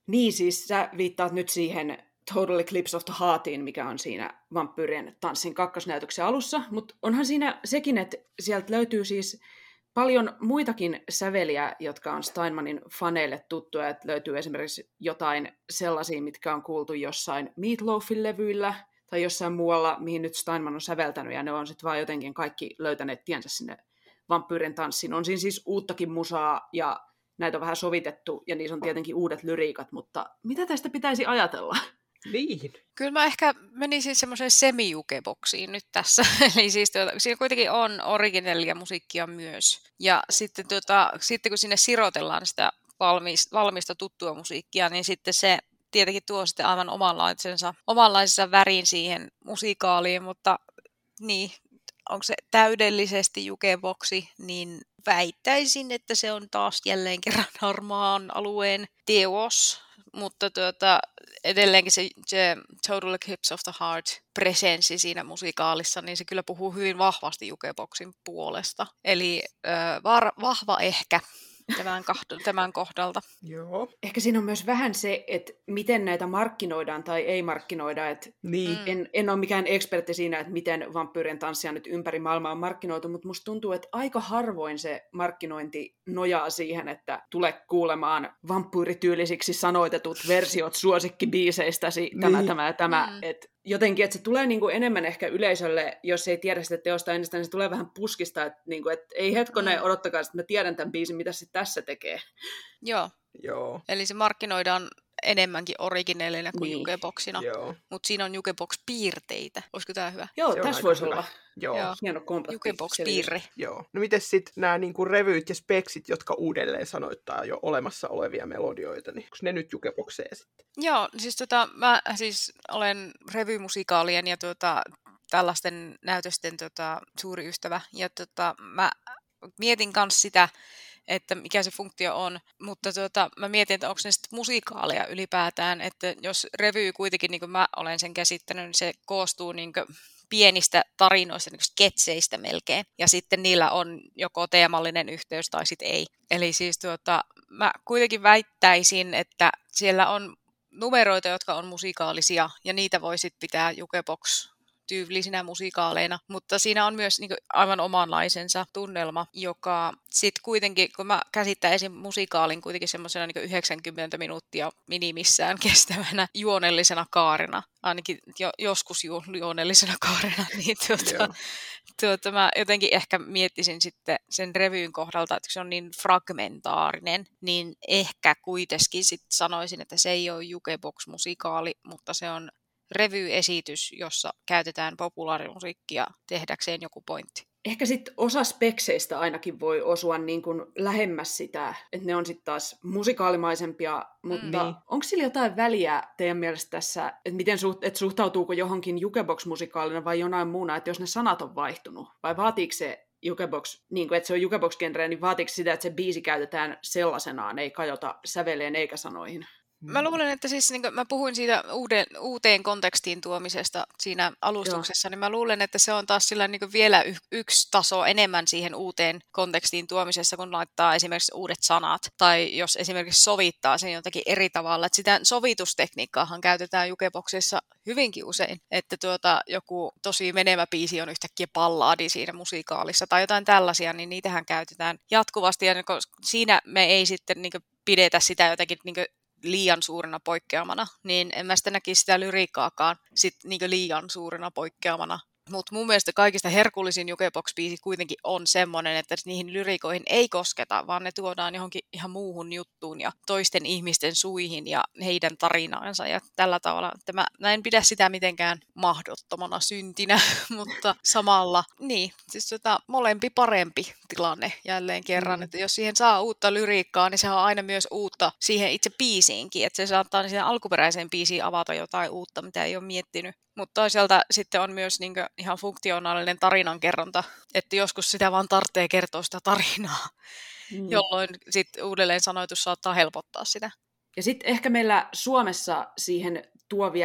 Niin, siis sä viittaat nyt siihen Total Eclipse of the Heartiin, mikä on siinä vampyyrien tanssin kakkosnäytöksen alussa, mutta onhan siinä sekin, että sieltä löytyy siis paljon muitakin säveliä, jotka on Steinmanin faneille tuttuja, että löytyy esimerkiksi jotain sellaisia, mitkä on kuultu jossain Meatloafin levyillä tai jossain muualla, mihin nyt Steinman on säveltänyt, ja ne on sitten vaan jotenkin kaikki löytäneet tiensä sinne vampyyrien tanssiin. On siinä siis uuttakin musaa, ja näitä on vähän sovitettu, ja niissä on tietenkin uudet lyriikat, mutta mitä tästä pitäisi ajatella? Niin. Kyllä mä ehkä menisin semmoiseen semi-jukeboksiin nyt tässä. Eli siis tuota, siinä kuitenkin on originellia musiikkia myös. Ja sitten, tuota, sitten kun sinne sirotellaan sitä valmista, valmista tuttua musiikkia, niin sitten se tietenkin tuo sitten aivan omanlaisensa, omanlaisensa värin siihen musiikaaliin, mutta niin, onko se täydellisesti jukeboksi, niin väittäisin, että se on taas jälleen kerran harmaan alueen teos. Mutta tuota, edelleenkin se, se Total Eclipse of the Heart presenssi siinä musikaalissa, niin se kyllä puhuu hyvin vahvasti jukeboksin puolesta. Eli äh, var, vahva ehkä tämän, tämän kohdalta. Joo. Ehkä siinä on myös vähän se, että miten näitä markkinoidaan tai ei markkinoida. Että niin. en, en ole mikään ekspertti siinä, että miten vampyyrien tanssia nyt ympäri maailmaa on markkinoitu, mutta musta tuntuu, että aika harvoin se markkinointi nojaa siihen, että tule kuulemaan vampyyrityylisiksi sanoitetut versiot suosikkibiiseistäsi, tämä, niin. tämä ja tämä. Mm. Et jotenkin, että se tulee niinku enemmän ehkä yleisölle, jos ei tiedä sitä teosta ennestään, niin se tulee vähän puskista, että niinku, et ei hetkonen, mm. odottakaa, että mä tiedän tämän biisin, mitä se tässä tekee. Joo. Joo. Eli se markkinoidaan enemmänkin originellina kuin niin. jukeboksina, mutta siinä on jukebox-piirteitä. Olisiko tämä hyvä? Joo, tässä voisi olla Joo. Joo. hieno kompatti. Jukebox-piirre. Joo. No miten sitten nämä niinku revyt ja speksit, jotka uudelleen sanoittaa jo olemassa olevia melodioita, niin onko ne nyt jukeboxeja sitten? Joo, siis tota, mä siis olen revymusikaalien ja tuota, tällaisten näytösten tota, suuri ystävä, ja tota, mä mietin kanssa sitä, että mikä se funktio on, mutta tuota, mä mietin, että onko ne sitten musikaaleja ylipäätään, että jos revy kuitenkin, niin kuin mä olen sen käsittänyt, niin se koostuu niin kuin pienistä tarinoista, niin kuin sketseistä melkein, ja sitten niillä on joko teemallinen yhteys tai sitten ei. Eli siis tuota, mä kuitenkin väittäisin, että siellä on numeroita, jotka on musikaalisia, ja niitä voi sitten pitää jukebox tyypillisinä musikaaleina, mutta siinä on myös niin kuin, aivan omanlaisensa tunnelma, joka sitten kuitenkin, kun mä käsittäisin musikaalin kuitenkin semmoisena niin yhdeksänkymmentä minuuttia minimissään kestävänä juonellisena kaarena, ainakin jo, joskus ju, juonellisena kaarena, niin tuota, tuota, mä jotenkin ehkä miettisin sitten sen revyyn kohdalta, että se on niin fragmentaarinen, niin ehkä kuitenkin sitten sanoisin, että se ei ole jukebox-musikaali, mutta se on revy-esitys, jossa käytetään populaarimusiikkia tehdäkseen joku pointti. Ehkä sitten osa spekseistä ainakin voi osua niin kuin lähemmäs sitä, että ne on sitten taas musikaalimaisempia, mutta Mm. onko sillä jotain väliä teidän mielestä tässä, että miten suht, että suhtautuuko johonkin jukebox-musikaalina vai jonain muuna, että jos ne sanat on vaihtunut, vai vaatiiko se jukebox, niin kuin, että se on jukebox-genreä, niin vaatiiko sitä, että se biisi käytetään sellaisenaan, ei kajota säveleen eikä sanoihin? Mä luulen, että siis niin kuin mä puhuin siitä uuden, uuteen kontekstiin tuomisesta siinä alustuksessa, Joo. niin mä luulen, että se on taas sillä niin kuin vielä y- yksi taso enemmän siihen uuteen kontekstiin tuomisessa, kun laittaa esimerkiksi uudet sanat, tai jos esimerkiksi sovittaa sen jotakin eri tavalla. Että sitä sovitustekniikkaahan käytetään jukeboxissa hyvinkin usein, että tuota, joku tosi menevä biisi on yhtäkkiä ballaadi siinä musiikaalissa, tai jotain tällaisia, niin niitähän käytetään jatkuvasti, ja siinä me ei sitten niin kuin pidetä sitä jotenkin niin kuin liian suurena poikkeamana, niin en mä sitä näkisi sitä lyriikkaakaan sit niinku liian suurena poikkeamana. Mutta mun mielestä kaikista herkullisin jukebox-biisi kuitenkin on semmoinen, että niihin lyriikoihin ei kosketa, vaan ne tuodaan johonkin ihan muuhun juttuun ja toisten ihmisten suihin ja heidän tarinaansa. Ja tällä tavalla, että mä, mä en pidä sitä mitenkään mahdottomana syntinä, mutta samalla, niin, siis tota, molempi parempi tilanne jälleen kerran. Mm. Että jos siihen saa uutta lyriikkaa, niin se on aina myös uutta siihen itse biisiinkin. Että se saattaa siihen alkuperäiseen biisiin avata jotain uutta, mitä ei ole miettinyt. Mutta toisaalta sitten on myös niinku ihan funktionaalinen tarinankerronta, että joskus sitä vaan tarvitsee kertoa sitä tarinaa, mm. jolloin sitten uudelleen sanoitus saattaa helpottaa sitä. Ja sitten ehkä meillä Suomessa siihen tuo vielä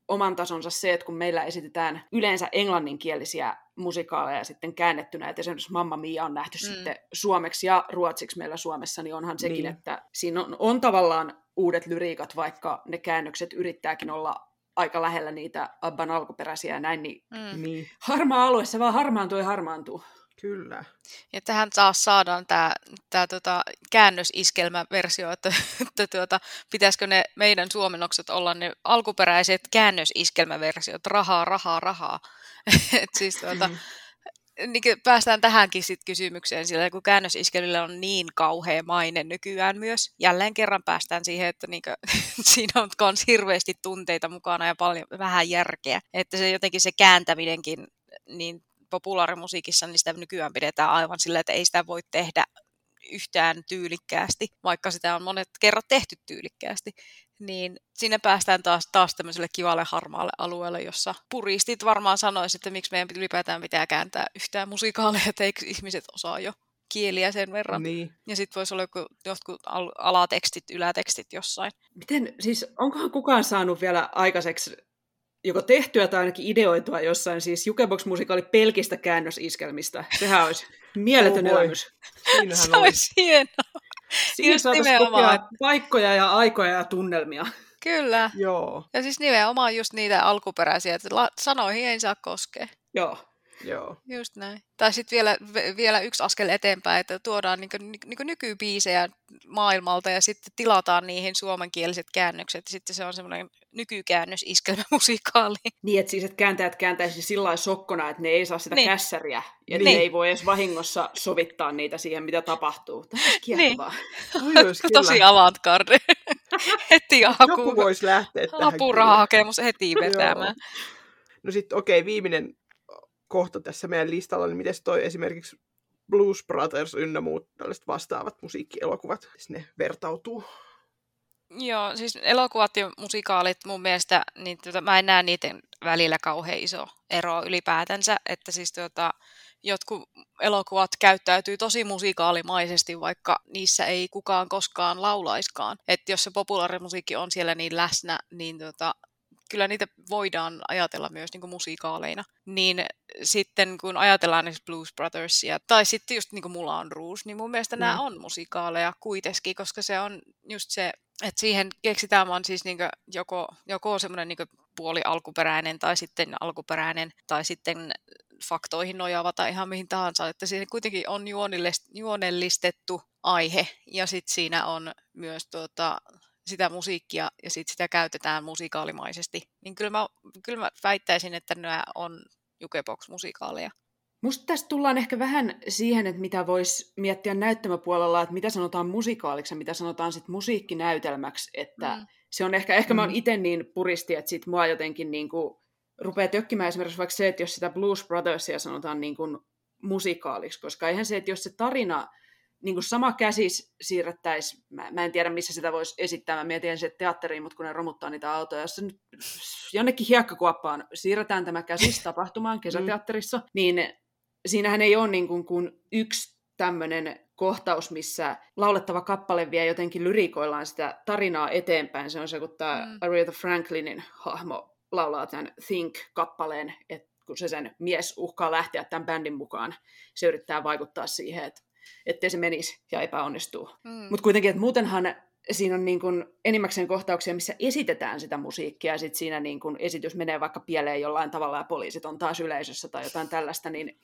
oman tasonsa se, että kun meillä esitetään yleensä englanninkielisiä musikaaleja sitten käännettynä, että esimerkiksi Mamma Mia on nähty mm. sitten suomeksi ja ruotsiksi meillä Suomessa, niin onhan sekin, niin. että siinä on, on tavallaan uudet lyriikat, vaikka ne käännökset yrittääkin olla aika lähellä niitä Abban alkuperäisiä ja näin, niin, Mm. Niin, harmaa alue, se vaan harmaantuu ja harmaantuu. kyllä. Ja tähän taas saadaan tämä tää, tota, käännösiskelmäversio, että, että tuota, pitäisikö ne meidän suomennokset olla ne alkuperäiset käännösiskelmäversiot, rahaa, rahaa, rahaa. Et siis, tuota, Mm. niin kuin päästään tähänkin sit kysymykseen, sillä kun käännösiskelmillä on niin kauhea maine nykyään myös. Jälleen kerran päästään siihen, että niin kuin, siinä on myös hirveästi tunteita mukana ja paljon vähän järkeä. Että se jotenkin se kääntäminenkin niin populaarimusiikissa, niin sitä nykyään pidetään aivan sillä, että ei sitä voi tehdä yhtään tyylikkäästi, vaikka sitä on monet kerrat tehty tyylikkäästi. Niin siinä päästään taas, taas tämmöiselle kivalle harmaalle alueelle, jossa puristit varmaan sanoisivat, että miksi meidän ylipäätään pitää kääntää yhtään musikaaleja, että eikö ihmiset osaa jo kieliä sen verran. Niin. Ja sitten voisi olla joku, jotkut al- alatekstit, ylätekstit jossain. Miten, siis onkohan kukaan saanut vielä aikaiseksi joko tehtyä tai ainakin ideoitua jossain siis Jukebox-musikaali pelkistä käännösiskelmistä? Sehän olisi mieletön Oh, elämys. Siinähän Se oli. olisi hienoa. Siinä Just saataisiin nimenomaan. kokea paikkoja ja aikoja ja tunnelmia. Kyllä. Joo, Ja siis nimenomaan just niitä alkuperäisiä, että la- sanoihin ei saa koskea. Joo. joo. Just näin. Tai sitten vielä, vielä yksi askel eteenpäin, että tuodaan niinku, niinku nykybiisejä maailmalta ja sitten tilataan niihin suomenkieliset käännökset. Sitten se on semmoinen nykykäännös iskelmämusikaali. Niin, että siis että kääntäjät kääntäisi sillä lailla sokkona, että ne ei saa sitä Niin. kässäriä. Ja Niin. ne ei voi edes vahingossa sovittaa niitä siihen, mitä tapahtuu. Tämä on kiehtovaa. Toi olisi kyllä. Tosi avantgarde. Heti Joku haku, voisi lähteä tähän. apurahahakemus heti vetämään. No sitten okei, okay, viimeinen kohta tässä meidän listalla, niin miten toi esimerkiksi Blues Brothers ynnä muut tällaiset vastaavat musiikkielokuvat, ne vertautuu. Joo, siis elokuvat ja musikaalit mun mielestä, niin tuota, mä en näe niiden välillä kauhean iso ero ylipäätänsä, että siis tuota, jotkut elokuvat käyttäytyy tosi musikaalimaisesti, vaikka niissä ei kukaan koskaan laulaiskaan. Että jos se populaarimusiikki on siellä niin läsnä, niin tuota, kyllä niitä voidaan ajatella myös niin kuin musikaaleina. Niin sitten kun ajatellaan esimerkiksi Blues Brothersia, tai sitten just niin kuin Moulin Rouge, niin mun mielestä mm. nämä on musikaaleja kuitenkin, koska se on just se, että siihen keksitään vaan siis niin kuin joko, joko semmoinen niin kuin puoli alkuperäinen, tai sitten alkuperäinen, tai sitten faktoihin nojaava, tai ihan mihin tahansa, että siinä kuitenkin on juonellistettu aihe, ja sitten siinä on myös tuota, sitä musiikkia ja sit sitä käytetään musikaalimaisesti, niin kyllä mä, kyllä mä väittäisin, että nämä on Jukebox-musikaaleja. Musta tästä tullaan ehkä vähän siihen, että mitä voisi miettiä näyttämöpuolella, että mitä sanotaan musikaaliksi ja mitä sanotaan sit musiikkinäytelmäksi, että mm. se on ehkä, ehkä mm. mä oon itse niin puristi, että sit mua jotenkin niinku rupeaa tökkimään esimerkiksi vaikka se, että jos sitä Blues Brothersia sanotaan niinku musikaaliksi, koska eihän se, että jos se tarina niin kuin sama käsis siirrettäisiin, mä, mä en tiedä missä sitä voisi esittää, mä mietin se teatteriin, mutta kun ne romuttaa niitä autoja, jos se nyt jonnekin hiekkakuoppaan siirretään tämä käsis tapahtumaan kesäteatterissa, niin siinähän ei ole niin kuin, kuin yksi tämmöinen kohtaus, missä laulettava kappale vie jotenkin lyrikoillaan sitä tarinaa eteenpäin. Se on se, kun tämä mm. Aretha Franklinin hahmo laulaa tämän Think-kappaleen, että kun se sen mies uhkaa lähteä tämän bändin mukaan, se yrittää vaikuttaa siihen, että ettei se menisi ja epäonnistuu. Mm. Mutta kuitenkin, että muutenhan siinä on niin kun enimmäkseen kohtauksia, missä esitetään sitä musiikkia, ja sitten siinä niin kun esitys menee vaikka pieleen jollain tavalla, ja poliisit on taas yleisössä tai jotain tällaista, niin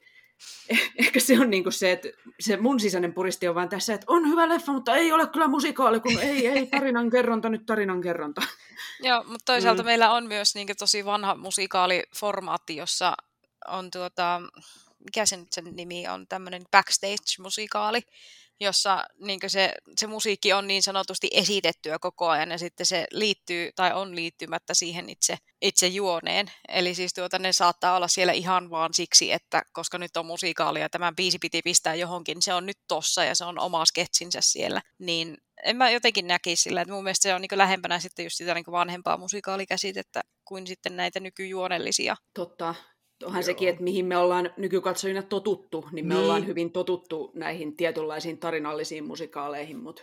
ehkä se on niin kun se, että se mun sisäinen puristi on vaan tässä, että on hyvä leffa, mutta ei ole kyllä musikaali, kun ei, ei tarinankerronta, nyt tarinankerronta. Joo, mutta toisaalta Mm. meillä on myös niin tosi vanha musikaaliformaatti, jossa on tuota... mikä se nyt sen nimi on, tämmöinen backstage-musikaali, jossa niin se, se musiikki on niin sanotusti esitettyä koko ajan, ja sitten se liittyy, tai on liittymättä siihen itse, itse juoneen. Eli siis tuota, ne saattaa olla siellä ihan vaan siksi, että koska nyt on musikaali, ja tämän biisi piti pistää johonkin, niin se on nyt tossa, ja se on oma sketsinsä siellä. Niin en mä jotenkin näkisi sillä, että mun mielestä se on niin lähempänä sitten just sitä niin vanhempaa musikaalikäsitettä, kuin sitten näitä nykyjuonellisia. Totta. Onhan Joo. sekin, että mihin me ollaan nykykatsojina totuttu, niin me Niin. ollaan hyvin totuttu näihin tietynlaisiin tarinallisiin musikaaleihin, mutta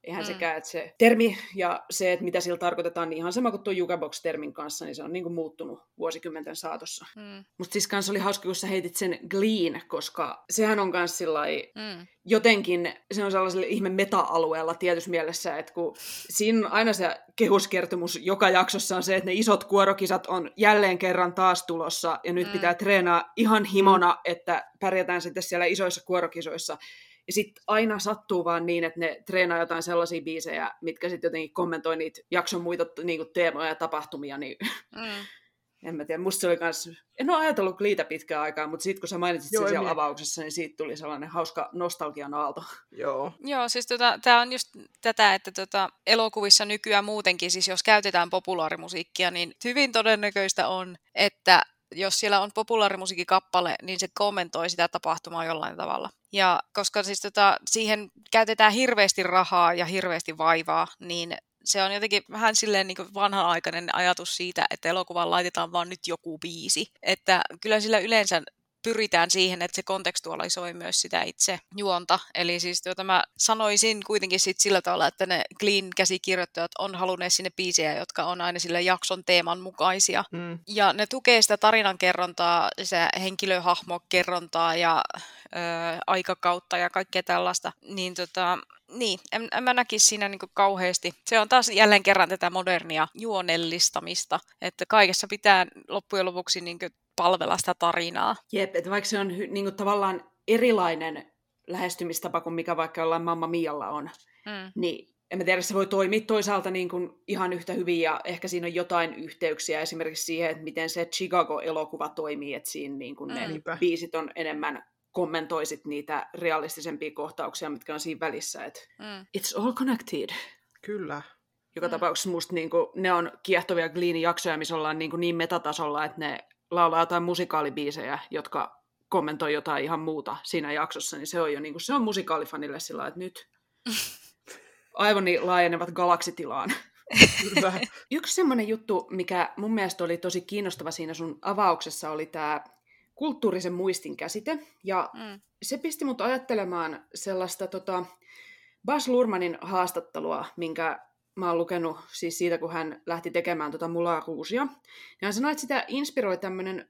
eihän Mm. sekään, että se termi ja se, että mitä sillä tarkoitetaan, niin ihan sama kuin tuo Jukebox-termin kanssa, niin se on niin kuin muuttunut vuosikymmenten saatossa. Mm. Musta siis kanssa oli hauska, kun sä heitit sen Gleen, koska sehän on kans sillai Mm. jotenkin, se on sellaisella ihme meta-alueella tietyssä mielessä, että kun siinä aina se kehuskertomus joka jaksossa on se, että ne isot kuorokisat on jälleen kerran taas tulossa, ja nyt Mm. pitää treenaa ihan himona, että pärjätään sitten siellä isoissa kuorokisoissa. Ja sitten aina sattuu vaan niin, että ne treenaa jotain sellaisia biisejä, mitkä sitten jotenkin kommentoi niitä jakson muita niinku teemoja ja tapahtumia, niin Mm. en mä tiedä, musta se oli kans, en ole ajatellut Gleetä pitkään aikaa, mutta sitten kun sä mainitsit Joo, sen en siellä minä. avauksessa, niin siitä tuli sellainen hauska nostalgian aalto. Joo. Joo, siis tota, tämä on just tätä, että tota, elokuvissa nykyään muutenkin, siis jos käytetään populaarimusiikkia, niin hyvin todennäköistä on, että jos siellä on populaarimusiikkikappale, niin se kommentoi sitä tapahtumaa jollain tavalla. Ja koska siis tota, siihen käytetään hirveästi rahaa ja hirveästi vaivaa, niin se on jotenkin vähän silleen niin kuin vanha-aikainen ajatus siitä, että elokuvaan laitetaan vaan nyt joku biisi. Että kyllä sillä yleensä pyritään siihen, että se kontekstualisoi myös sitä itse juonta. Eli siis tuota, mä sanoisin kuitenkin sit sillä tavalla, että ne Gleen-käsikirjoittajat on halunneet sinne biisejä, jotka on aina sille jakson teeman mukaisia. Mm. Ja ne tukee sitä tarinankerrontaa, se henkilöhahmokerrontaa ja ö, aikakautta ja kaikkea tällaista. Niin, tota, niin en, en mä näkisi siinä niinku kauheasti. Se on taas jälleen kerran tätä modernia juonellistamista, että kaikessa pitää loppujen lopuksi niinku palvella sitä tarinaa. Jep, että vaikka se on hy- niinku tavallaan erilainen lähestymistapa kuin mikä vaikka jollain Mamma Mialla on, Mm. niin en mä tiedä, se voi toimia toisaalta niin kuin ihan yhtä hyvin, ja ehkä siinä on jotain yhteyksiä esimerkiksi siihen, että miten se Chicago-elokuva toimii, että siinä niin kuin ne Niinpä. biisit on enemmän kommentoisit niitä realistisempia kohtauksia, mitkä on siinä välissä, että Mm. it's all connected. Kyllä. Joka Mm. tapauksessa musta niin kuin, ne on kiehtovia Gleanin jaksoja, missä ollaan niin, kuin niin metatasolla, että ne laulaa jotain musikaalibiisejä, jotka kommentoi jotain ihan muuta siinä jaksossa, niin se on jo niin kuin, se on musikaalifanille sillä lailla, että nyt aivoni laajenevat galaksitilaan. Kyllä. Yksi semmoinen juttu, mikä mun mielestä oli tosi kiinnostava siinä sun avauksessa, oli tämä kulttuurisen muistin käsite. Ja Mm. se pisti mut ajattelemaan sellaista tota, Baz Luhrmannin haastattelua, minkä mä oon lukenut siis siitä, kun hän lähti tekemään tota Moulin Rougea. Ja hän sanoi, että sitä inspiroi tämmöinen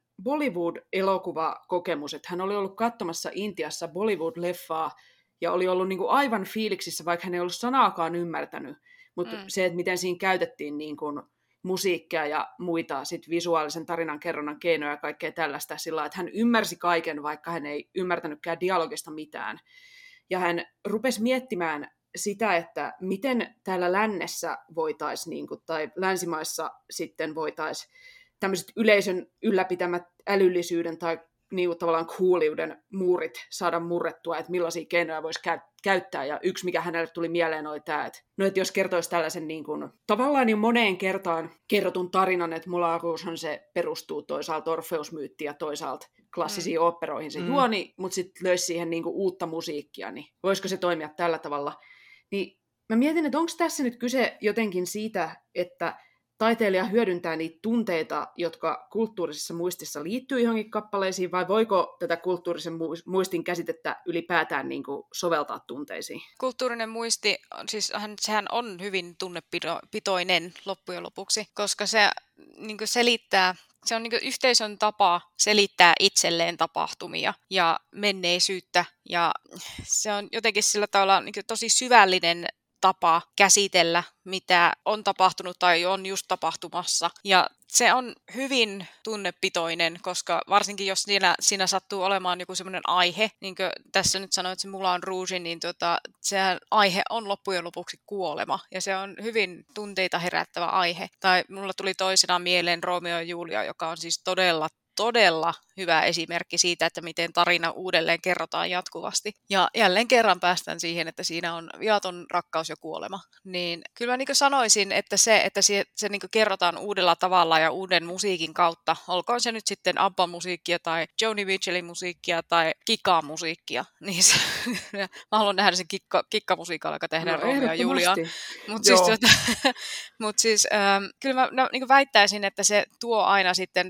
Bollywood-elokuvakokemus, että hän oli ollut katsomassa Intiassa Bollywood-leffaa ja oli ollut niinku aivan fiiliksissä, vaikka hän ei ollut sanaakaan ymmärtänyt. Mutta Mm. se, että miten siinä käytettiin niinku musiikkia ja muita sit visuaalisen tarinan kerronnan keinoja ja kaikkea tällaista sillä lailla, että hän ymmärsi kaiken, vaikka hän ei ymmärtänytkään dialogista mitään. Ja hän rupesi miettimään sitä, että miten täällä lännessä voitaisiin, niin kuin, tai länsimaissa sitten voitaisiin tämmöiset yleisön ylläpitämät älyllisyyden tai niin kuin, tavallaan cooliuden muurit saada murrettua, että millaisia keinoja voisi käy- käyttää. Ja yksi, mikä hänelle tuli mieleen, oli tämä, että, no, että jos kertoisi tällaisen niin kuin, tavallaan jo moneen kertaan kerrotun tarinan, että Moulin Rougehan se perustuu toisaalta Orfeus-myyttiin ja toisaalta klassisiin mm. oopperoihin se Mm. juoni, mutta sitten löysi siihen niin kuin, uutta musiikkia, niin voisiko se toimia tällä tavalla? Niin mä mietin, että onko tässä nyt kyse jotenkin siitä, että taiteilija hyödyntää niitä tunteita, jotka kulttuurisessa muistissa liittyy johonkin kappaleisiin, vai voiko tätä kulttuurisen muistin käsitettä ylipäätään niin kuin soveltaa tunteisiin? Kulttuurinen muisti, on- siis hän, sehän on hyvin tunnepitoinen loppujen lopuksi, koska se niin kuin selittää, se on niin kuin yhteisön tapa selittää itselleen tapahtumia ja menneisyyttä, ja se on jotenkin sillä tavalla niin kuin tosi syvällinen tapa käsitellä, mitä on tapahtunut tai on just tapahtumassa. Ja se on hyvin tunnepitoinen, koska varsinkin jos siinä, siinä sattuu olemaan joku semmoinen aihe, niin kuin tässä nyt sanoit, että se Moulin Rouge, niin tota, se aihe on loppujen lopuksi kuolema. Ja se on hyvin tunteita herättävä aihe. Tai mulla tuli toisena mieleen Romeo ja Julia, joka on siis todella todella hyvä esimerkki siitä, että miten tarina uudelleen kerrotaan jatkuvasti. Ja jälleen kerran päästään siihen, että siinä on viaton rakkaus ja kuolema. Niin kyllä mä niin sanoisin, että se, että se, se niin kerrotaan uudella tavalla ja uuden musiikin kautta, olkoon se nyt sitten ABBA-musiikkia tai Joni Mitchellin musiikkia tai Kika-musiikkia, niin se, mä haluan nähdä sen kikka, kikkamusiikalla, joka tehdään No, Romeo ja Juliaan. ehdottomasti. Mutta siis, tuota, mut siis ähm, kyllä mä no, niin väittäisin, että se tuo aina sitten, että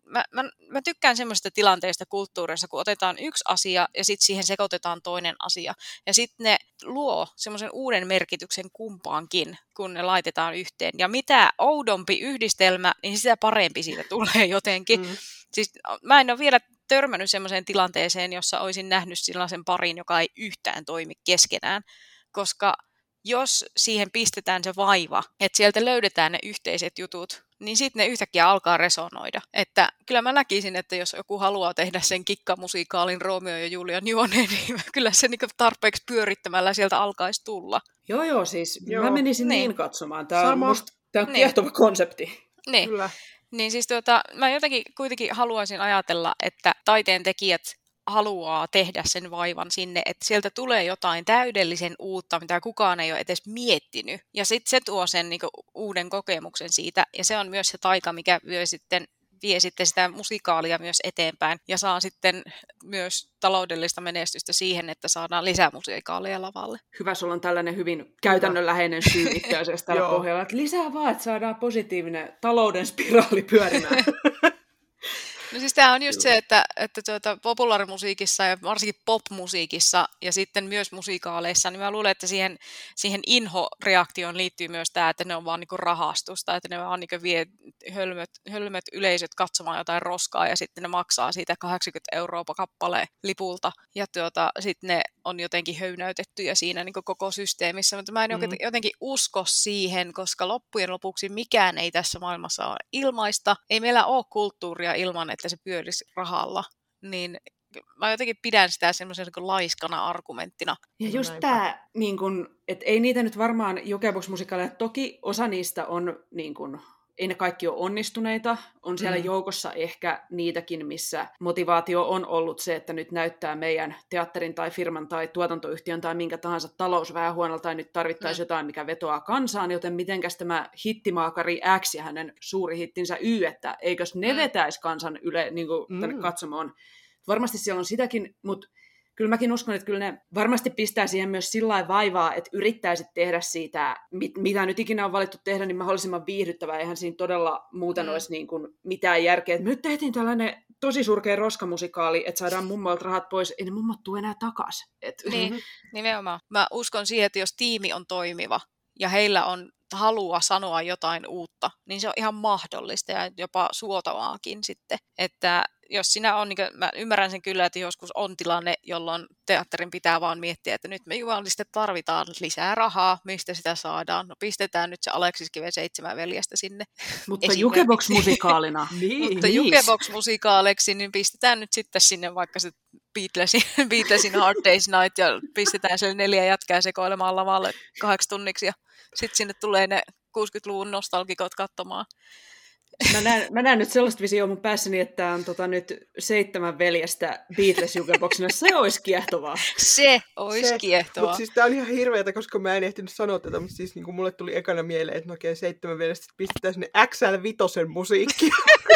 mä, mä, mä tykkään semmoista tilanteista kulttuurissa, kun otetaan yksi asia ja sitten siihen sekoitetaan toinen asia. Ja sitten ne luo semmoisen uuden merkityksen kumpaankin, kun ne laitetaan yhteen. Ja mitä oudompi yhdistelmä, niin sitä parempi siitä tulee jotenkin. Mm. Siis mä en ole vielä törmännyt semmoiseen tilanteeseen, jossa olisin nähnyt sellaisen parin, joka ei yhtään toimi keskenään, koska jos siihen pistetään se vaiva, että sieltä löydetään ne yhteiset jutut, niin sitten ne yhtäkkiä alkaa resonoida. Että kyllä mä näkisin, että jos joku haluaa tehdä sen kikkamusikaalin Romeo ja Julian juoneen, niin kyllä se niinku tarpeeksi pyörittämällä sieltä alkaisi tulla. Joo, joo, siis Joo. mä menisin niin, Niin. niin katsomaan. Tämä on, Sama. musta, tää on Niin. kiehtova konsepti. Niin. Kyllä. Niin siis tuota, mä jotenkin kuitenkin haluaisin ajatella, että taiteen tekijät haluaa tehdä sen vaivan sinne, että sieltä tulee jotain täydellisen uutta, mitä kukaan ei ole edes miettinyt. Ja sitten se tuo sen niinku uuden kokemuksen siitä, ja se on myös se taika, mikä vie sitten, vie sitten sitä musikaalia myös eteenpäin, ja saa sitten myös taloudellista menestystä siihen, että saadaan lisää musikaaleja lavalle. Hyvä, sulla on tällainen hyvin käytännönläheinen syy itse asiassa tällä Joo. pohjalla, että lisää vaan, että saadaan positiivinen talouden spiraali pyörimään. No siis tämä on just se, että, että tuota, populaarimusiikissa ja varsinkin popmusiikissa ja sitten myös musikaaleissa, niin mä luulen, että siihen, siihen inho-reaktioon liittyy myös tämä, että ne on vaan niinku rahastusta, että ne vaan niinku vie hölmöt, hölmöt yleisöt katsomaan jotain roskaa ja sitten ne maksaa siitä kahdeksankymmentä euroa kappaleen lipulta ja tuota, sitten ne on jotenkin höynäytettyjä siinä niinku koko systeemissä, mutta mä en mm. jotenkin usko siihen, koska loppujen lopuksi mikään ei tässä maailmassa ole ilmaista, ei meillä ole kulttuuria ilman, että se pyörisi rahalla, niin mä jotenkin pidän sitä semmoisen niin laiskana argumenttina. Ja just Näinpä. tämä, niin kun, että ei niitä nyt varmaan Jukebox-musikaaleja, toki osa niistä on, niin kun, ei ne kaikki ole onnistuneita, on siellä mm. joukossa ehkä niitäkin, missä motivaatio on ollut se, että nyt näyttää meidän teatterin tai firman tai tuotantoyhtiön tai minkä tahansa talous vähän huonolta tai nyt tarvittaisiin mm. jotain, mikä vetoaa kansaan, joten mitenkäs tämä hittimaakari X ja hänen suuri hittinsä Y, että eikös ne mm. vetäisi kansan yle, niin kuin mm. tänne katsomaan. Varmasti siellä on sitäkin, mutta kyllä mäkin uskon, että kyllä ne varmasti pistää siihen myös sillä lailla vaivaa, että yrittäisit tehdä siitä, mit, mitä nyt ikinä on valittu tehdä, niin mahdollisimman viihdyttävää. Eihän siinä todella muuten mm. olisi niin kuin mitään järkeä. Et me nyt tehtiin tällainen tosi surkea roskamusikaali, että saadaan mummoilta rahat pois. Ei ne mummot tule enää takaisin. Et... Niin, nimenomaan. Mä uskon siihen, että jos tiimi on toimiva ja heillä on halua sanoa jotain uutta, niin se on ihan mahdollista ja jopa suotavaakin sitten, että jos sinä on, niin mä ymmärrän sen kyllä, että joskus on tilanne, jolloin teatterin pitää vaan miettiä, että nyt me jumaliste tarvitaan lisää rahaa, mistä sitä saadaan. No pistetään nyt se Aleksis Kiven seitsemän veljestä sinne. Mutta Jukebox-musikaalina. Niin. Mutta Jukebox-musikaaleksi, niin pistetään nyt sitten sinne vaikka se Beatlesin, Beatlesin Hard Day's Night ja pistetään siellä neljä jätkää sekoilemaan lavalle kahdeksi tunniksi ja sitten sinne tulee ne kuusikymmentäluvun nostalgikot katsomaan. Mä näen, mä näen nyt sellaista visioa mun päässäni, että on tota nyt seitsemän veljestä Beatles-Jukeboxina. Se olisi kiehtovaa. Se olisi se, kiehtovaa. Mutta siis tää on ihan hirveätä, koska mä en ehtinyt sanoa tätä, mutta siis niin mulle tuli ekana mieleen, että no okei, seitsemän veljestä pistetään sinne X L viisi musiikki.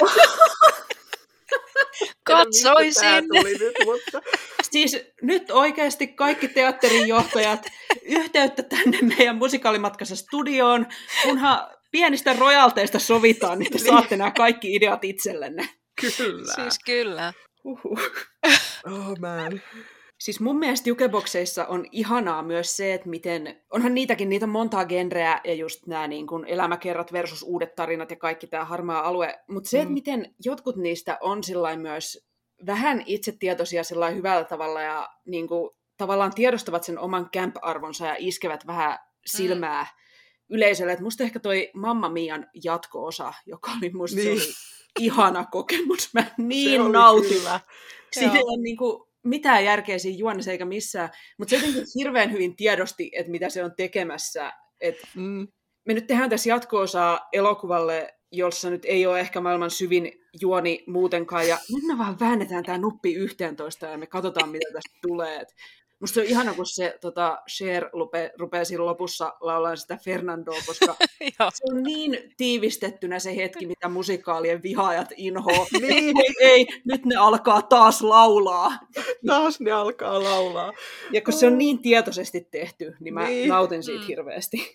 Katsoisin! Nyt, mutta... Siis nyt oikeasti kaikki teatterin johtajat yhteyttä tänne meidän musikaalimatkassa studioon, kunhan pienistä rojalteista sovitaan, niin te saatte nämä kaikki ideat itsellenne. Kyllä. Siis kyllä. Uhuh. Oh man. Siis mun mielestä Jukeboxeissa on ihanaa myös se, että miten, onhan niitäkin, niitä on montaa genreä ja just nämä niin kuin elämäkerrat versus uudet tarinat ja kaikki tämä harmaa alue, mutta se, mm. että miten jotkut niistä on sillain myös vähän itsetietoisia sillain hyvällä tavalla ja niin kuin, tavallaan tiedostavat sen oman camp-arvonsa ja iskevät vähän silmää mm. yleisölle. Et musta ehkä toi Mamma Mian jatko-osa, joka oli musta niin. se oli ihana kokemus. Mä niin nautin. Siinä ei ole niin kuin mitään järkeä siinä juonessa eikä missään, mutta se jotenkin hirveän hyvin tiedosti, että mitä se on tekemässä. Et mm. Me nyt tehdään tässä jatko-osaa elokuvalle, jossa nyt ei ole ehkä maailman syvin juoni muutenkaan, ja nyt me vaan väännetään tämä nuppi yhteentoista ja me katsotaan, mitä tästä tulee. Et musta se on ihana, kun se tota, Cher rupe, rupeaa siinä lopussa laulaa sitä Fernandoa, koska se on niin tiivistettynä se hetki, mitä musikaalien vihaajat inhoa. Niin. ei, ei, nyt ne alkaa taas laulaa. Taas ne alkaa laulaa. Ja kun se on niin tietoisesti tehty, niin mä niin. nautin siitä mm. hirveästi.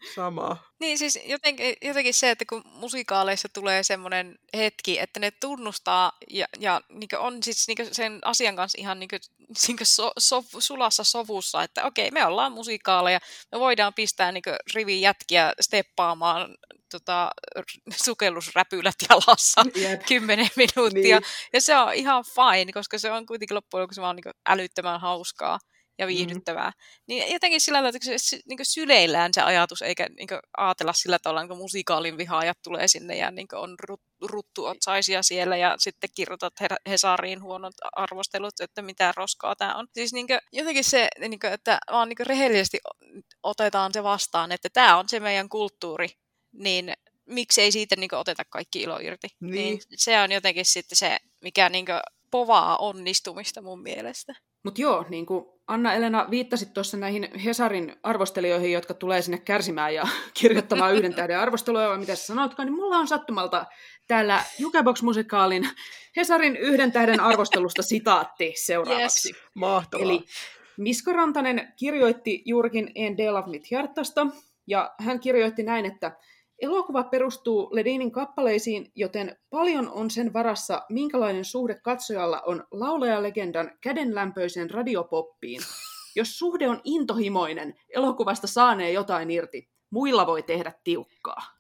Sama. Niin siis jotenkin, jotenkin se, että kun musikaaleissa tulee semmoinen hetki, että ne tunnustaa ja, ja niin on siis niin sen asian kanssa ihan niin kuin, niin so, so, sulassa sovussa, että okei, me ollaan musikaaleja, me voidaan pistää niin rivin jätkiä steppaamaan tota, sukellusräpylät jalassa Jep. kymmenen minuuttia. Niin. Ja se on ihan fine, koska se on kuitenkin loppujen lopuksi vaan niin älyttömän hauskaa ja viihdyttävää. Mm. Niin jotenkin sillä tavalla, että se niin syleillään se ajatus, eikä niin ajatella sillä tavalla, niin musikaalin vihaajat tulee sinne ja niin on rut, ruttuotsaisia siellä ja sitten kirjoitat Hesariin huonot arvostelut, että mitä roskaa tämä on. Siis niin kuin, jotenkin se, niin kuin, että vaan niin rehellisesti otetaan se vastaan, että tämä on se meidän kulttuuri, niin miksei siitä niin oteta kaikki ilo irti. Niin. Niin se on jotenkin sitten se, mikä niin povaa onnistumista mun mielestä. Mutta joo, niin kuin Anna-Elena viittasit tuossa näihin Hesarin arvostelijoihin, jotka tulee sinne kärsimään ja kirjoittamaan yhden tähden arvosteluja, vai mitä sä sanoitkaan, niin mulla on sattumalta täällä Jukebox-musikaalin Hesarin yhden tähden arvostelusta sitaatti seuraavaksi. Yes. Mahtavaa. Eli Miska Rantanen kirjoitti juurikin En del av mitt hjärtasta, ja hän kirjoitti näin, että elokuva perustuu Ledinin kappaleisiin, joten paljon on sen varassa, minkälainen suhde katsojalla on laulajalegendan kädenlämpöiseen radiopoppiin. Jos suhde on intohimoinen, elokuvasta saanee jotain irti. Muilla voi tehdä tiukkaa.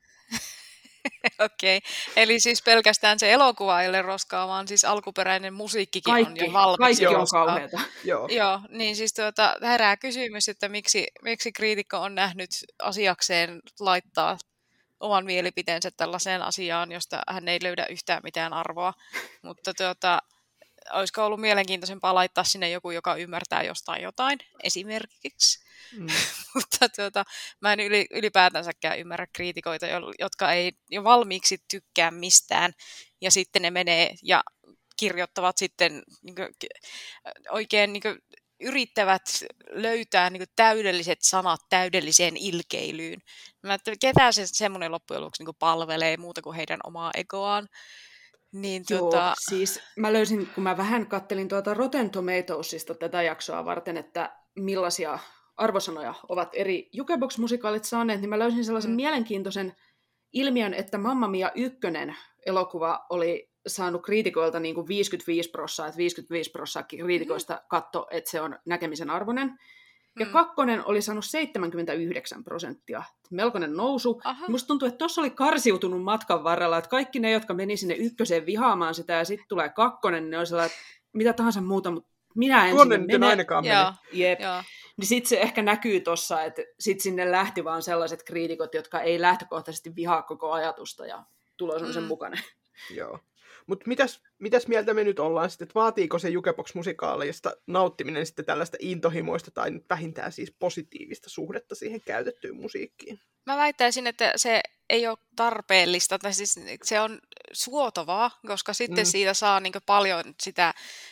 Okei, okay. Eli siis pelkästään se elokuva ei ole roskaa, vaan siis alkuperäinen musiikkikin kaikki, on jo valmiiksi kaikki on roskaa. kauheata. Joo. Joo, niin siis tuota, herää kysymys, että miksi, miksi kriitikko on nähnyt asiakseen laittaa oman mielipiteensä tällaiseen asiaan, josta hän ei löydä yhtään mitään arvoa. Mutta tuota, olisiko ollut mielenkiintoisempaa laittaa sinne joku, joka ymmärtää jostain jotain, esimerkiksi. Mm. Mutta tuota, mä en yli, ylipäätänsäkään ymmärrä kriitikoita, jotka ei jo valmiiksi tykkää mistään, ja sitten ne menee ja kirjoittavat sitten niin kuin, oikein niin kuin, yrittävät löytää niin kuin täydelliset sanat täydelliseen ilkeilyyn. Mä ajattelin, ketä se semmoinen loppujen lopuksi niin kuin palvelee muuta kuin heidän omaa egoaan. Niin, Joo, tuota... siis mä löysin, kun mä vähän kattelin tuota Rotten Tomatoesista tätä jaksoa varten, että millaisia arvosanoja ovat eri Jukebox-musikaalit saaneet, niin mä löysin sellaisen mm. mielenkiintoisen ilmiön, että Mamma Mia ykkönen elokuva oli saanut kriitikoilta niin kuin viisikymmentäviisi prosenttia, että viisikymmentäviisi prosenttia kriitikoista katto, että se on näkemisen arvoinen. Ja mm. kakkonen oli saanut seitsemänkymmentäyhdeksän prosenttia. Melkoinen nousu. Aha. Musta tuntuu, että tuossa oli karsiutunut matkan varrella, että kaikki ne, jotka meni sinne ykköseen vihaamaan sitä, ja sitten tulee kakkonen, niin ne on sellainen, että mitä tahansa muuta, mutta minä en Tuonne sinne nyt mene. ainakaan mene. Jep. Niin sitten se ehkä näkyy tuossa, että sitten sinne lähti vaan sellaiset kriitikot, jotka ei lähtökohtaisesti vihaa koko ajatusta, ja tulos on sen mm. mukainen. Joo. Mutta mitäs, mitäs mieltä me nyt ollaan sitten, että vaatiiko se Jukebox-musikaalista nauttiminen sitten tällaista intohimoista tai nyt vähintään siis positiivista suhdetta siihen käytettyyn musiikkiin? Mä väittäisin, että se ei ole tarpeellista, tai siis se on suotavaa, koska sitten mm. siitä saa niin paljon sitä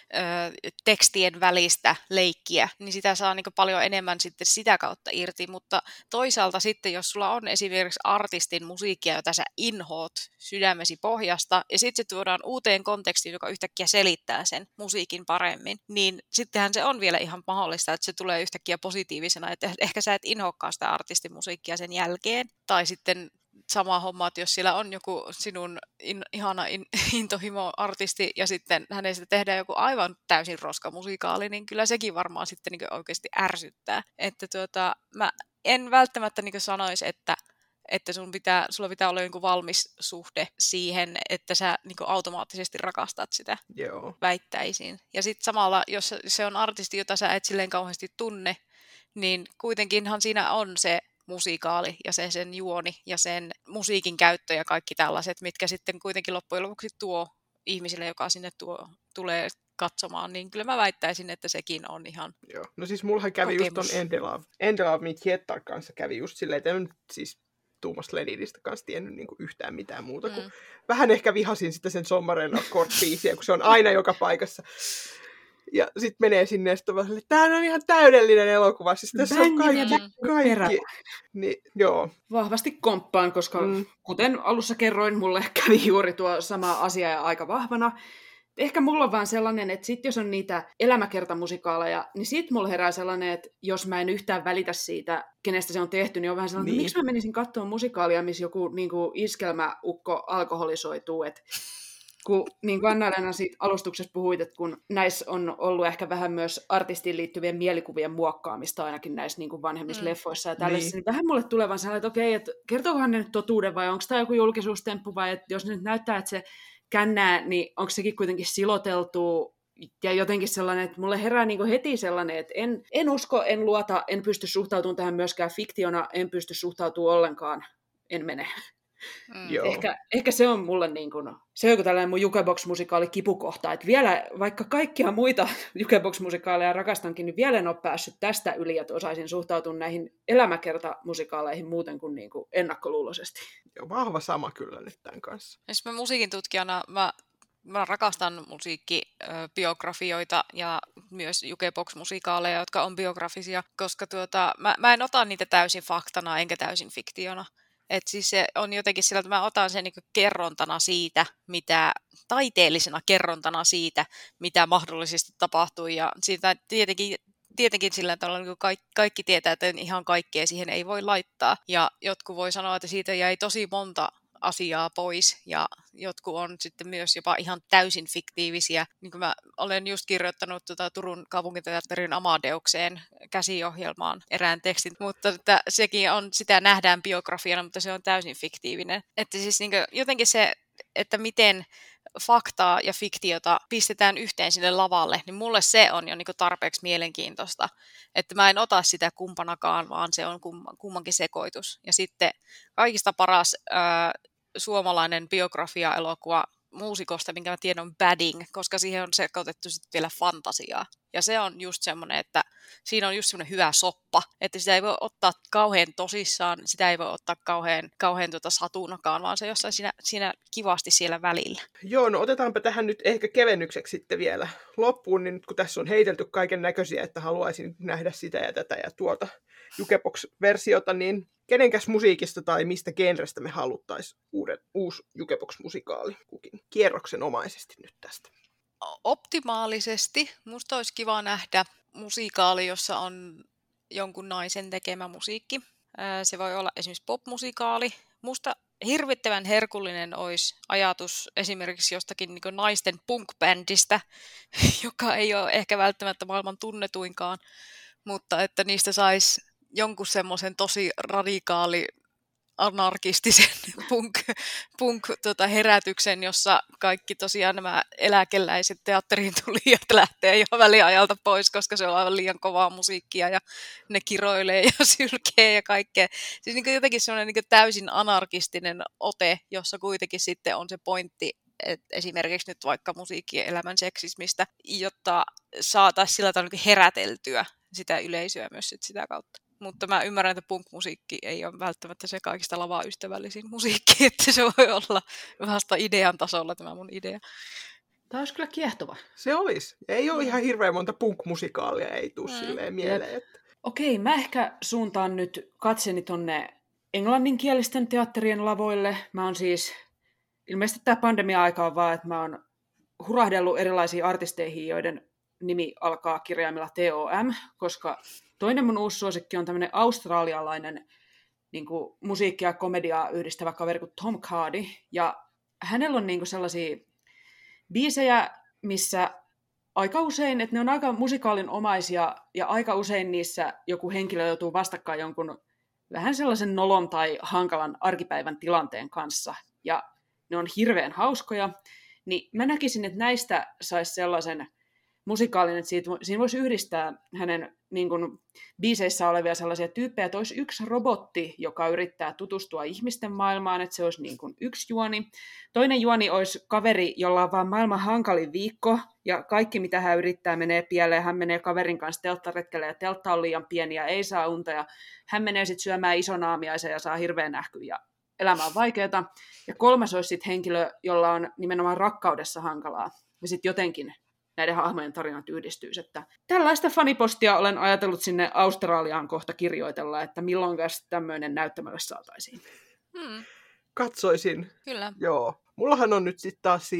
ö, tekstien välistä leikkiä, niin sitä saa niin paljon enemmän sitten sitä kautta irti, mutta toisaalta sitten, jos sulla on esimerkiksi artistin musiikkia, jota sä inhoot sydämesi pohjasta, ja sitten se tuodaan uuteen kontekstiin, joka yhtäkkiä selittää sen musiikin paremmin, niin sittenhän se on vielä ihan mahdollista, että se tulee yhtäkkiä positiivisena, että ehkä sä et inhoakaan sitä artistin musiikkia sen jälkeen, tai sitten sama homma, että jos siellä on joku sinun in, ihana in, intohimo-artisti ja sitten hänestä tehdään joku aivan täysin roskamusikaali, niin kyllä sekin varmaan sitten niin oikeasti ärsyttää. Että tuota, mä en välttämättä niin sanoisi, että, että sun pitää, sulla pitää olla joku valmis suhde siihen, että sä niin automaattisesti rakastat sitä. Joo. Väittäisin. Ja sitten samalla, jos se on artisti, jota sä et silleen kauheasti tunne, niin kuitenkinhan siinä on se musikaali ja se sen juoni ja sen musiikin käyttö ja kaikki tällaiset, mitkä sitten kuitenkin loppujen lopuksi tuo ihmisille, joka sinne tuo, tulee katsomaan, niin kyllä mä väittäisin, että sekin on ihan Joo. No siis mullahan kävi kokemus. Just ton En del av mitt hjärta kanssa kävi just silleen, että en siis Tuomas Ledinistä kanssa tiennyt niinku yhtään mitään muuta, mm. kuin vähän ehkä vihasin sitä sen Sommaren akkord-biisiä, kun se on aina joka paikassa. Ja sitten menee sinne ja sitten vaan, tämä on ihan täydellinen elokuva. Siis tässä on kaikki. kaikki. Niin, joo. Vahvasti komppaan, koska mm. kuten alussa kerroin, mulle kävi juuri tuo sama asia ja aika vahvana. ehkä mulla on vaan sellainen, että sit jos on niitä elämäkertamusikaaleja, niin sit mulla herää sellainen, että jos mä en yhtään välitä siitä, kenestä se on tehty, niin on vähän sellainen, niin. Miksi mä menisin katsoa musikaalia, missä joku niin kuin iskelmäukko alkoholisoituu, että kun niin kuin Anna-Leena siitä alustuksessa puhuit, että kun näissä on ollut ehkä vähän myös artistiin liittyvien mielikuvien muokkaamista ainakin näissä niin kuin vanhemmissa mm. leffoissa ja tällaisissa, niin. niin vähän mulle tulee vaan sellainen, että okei, että kertookohan ne nyt totuuden vai onko tämä joku julkisuustemppu vai että jos nyt näyttää, että se kännää, niin onko sekin kuitenkin siloteltu ja jotenkin sellainen, että mulle herää niin kuin heti sellainen, että en, en usko, en luota, en pysty suhtautumaan tähän myöskään fiktiona, en pysty suhtautumaan ollenkaan, en mene. Mm. Ehkä, ehkä se on mulle niin kuin, se on joku tällainen mun Jukebox-musikaali kipukohta, että vielä vaikka kaikkia muita Jukebox-musikaaleja rakastankin, niin vielä en ole päässyt tästä yli, että osaisin suhtautua näihin elämäkertamusikaaleihin muuten kuin, niin kuin ennakkoluuloisesti. Joo, vahva sama kyllä nyt tämän kanssa. Jos mä musiikin tutkijana, mä, mä rakastan musiikkibiografioita ja myös Jukebox-musikaaleja, jotka on biografisia, koska tuota, mä, mä en ota niitä täysin faktana enkä täysin fiktiona. Että siis se on jotenkin sillä, että mä otan sen niin kuin kerrontana siitä, mitä, taiteellisena kerrontana siitä, mitä mahdollisesti tapahtui. Ja siitä tietenkin, tietenkin sillä tavalla niin kuin kaikki, kaikki tietää, että ihan kaikkea siihen ei voi laittaa. Ja jotkut voi sanoa, että siitä jäi tosi monta asiaa pois, ja jotkut on sitten myös jopa ihan täysin fiktiivisiä. Niin kuin mä olen just kirjoittanut tuota Turun kaupunginteatterin Amadeukseen käsiohjelmaan erään tekstin, mutta että sekin on, sitä nähdään biografiana, mutta se on täysin fiktiivinen. Että siis niin kuin jotenkin se, että miten faktaa ja fiktiota pistetään yhteen sinne lavalle, niin mulle se on jo niin kuin tarpeeksi mielenkiintoista, että mä en ota sitä kumpanakaan, vaan se on kummankin sekoitus. Ja sitten kaikista paras ää, suomalainen biografia-elokuva muusikosta, minkä mä tiedän, on Badding, koska siihen on sekoitettu sitten vielä fantasiaa. Ja se on just semmoinen, että siinä on just semmoinen hyvä soppa, että sitä ei voi ottaa kauhean tosissaan, sitä ei voi ottaa kauhean, kauhean tuota satunakaan, vaan se jossain siinä, siinä kivasti siellä välillä. Joo, no otetaanpa tähän nyt ehkä kevennykseksi sitten vielä loppuun, niin nyt kun tässä on heitelty kaiken näköisiä, että haluaisin nähdä sitä ja tätä ja tuota Jukebox-versiota, niin kenenkäs musiikista tai mistä genrestä me haluttaisiin uuden, uusi Jukebox-musikaali kukin kierroksenomaisesti nyt tästä? Optimaalisesti. Musta olisi kiva nähdä musikaali, jossa on jonkun naisen tekemä musiikki. Se voi olla esimerkiksi popmusikaali. Musta hirvittävän herkullinen olisi ajatus esimerkiksi jostakin niin kuin naisten punk-bändistä, joka ei ole ehkä välttämättä maailman tunnetuinkaan, mutta että niistä saisi jonkun semmoisen tosi radikaali anarkistisen punk, punk tota, herätyksen, jossa kaikki tosiaan nämä eläkeläiset teatteriin tulijat lähtee jo väliajalta pois, koska se on aivan liian kovaa musiikkia ja ne kiroilee ja sylkee ja kaikkea. Siis niin jotenkin semmoinen niin täysin anarkistinen ote, jossa kuitenkin sitten on se pointti, että esimerkiksi nyt vaikka musiikkien elämän seksismistä, jotta saataisiin sillä tavalla heräteltyä sitä yleisöä myös sit sitä kautta. Mutta mä ymmärrän, että punk-musiikki ei ole välttämättä se kaikista lavaystävällisin musiikki, että se voi olla vasta idean tasolla tämä mun idea. Tämä olisi kyllä kiehtova. Se olisi. Ei ole ihan hirveän monta punk-musikaalia, ei tule mm. silleen mieleen. Että... Okei, mä ehkä suuntaan nyt katseni tonne englanninkielisten teatterien lavoille. Mä oon siis, ilmeisesti tämä pandemia-aika on vaan, että mä oon hurahdellut erilaisiin artisteihin, joiden nimi alkaa kirjaimilla T O M, koska toinen mun uusi suosikki on tämmöinen australialainen niin kuin musiikkia ja komediaa yhdistävä kaveri kuin Tom Cardy. Ja hänellä on niin kuin sellaisia biisejä, missä aika usein, että ne on aika musikaalin omaisia, ja aika usein niissä joku henkilö joutuu vastakkain jonkun vähän sellaisen nolon tai hankalan arkipäivän tilanteen kanssa. Ja ne on hirveän hauskoja. Niin mä näkisin, että näistä saisi sellaisen musikaalinen, että siitä, siinä voisi yhdistää hänen niin kuin, biiseissä olevia sellaisia tyyppejä, että olisi yksi robotti, joka yrittää tutustua ihmisten maailmaan, että se olisi niin kuin yksi juoni. Toinen juoni olisi kaveri, jolla on vaan maailman hankalin viikko, ja kaikki mitä hän yrittää menee pieleen, hän menee kaverin kanssa telttaretkelle, ja teltta on liian pieni ja ei saa unta, ja hän menee sitten syömään ison aamiaisen ja saa hirveän nähkyä, ja elämä on vaikeaa. Ja kolmas olisi sitten henkilö, jolla on nimenomaan rakkaudessa hankalaa, ja sitten jotenkin näiden hahmojen tarinat yhdistyisi. Että tällaista fanipostia olen ajatellut sinne Australiaan kohta kirjoitella, että milloinkas tämmöinen näyttämölle saataisiin. Hmm. Katsoisin. Kyllä. Joo. Mullahan on nyt sitten taas siis,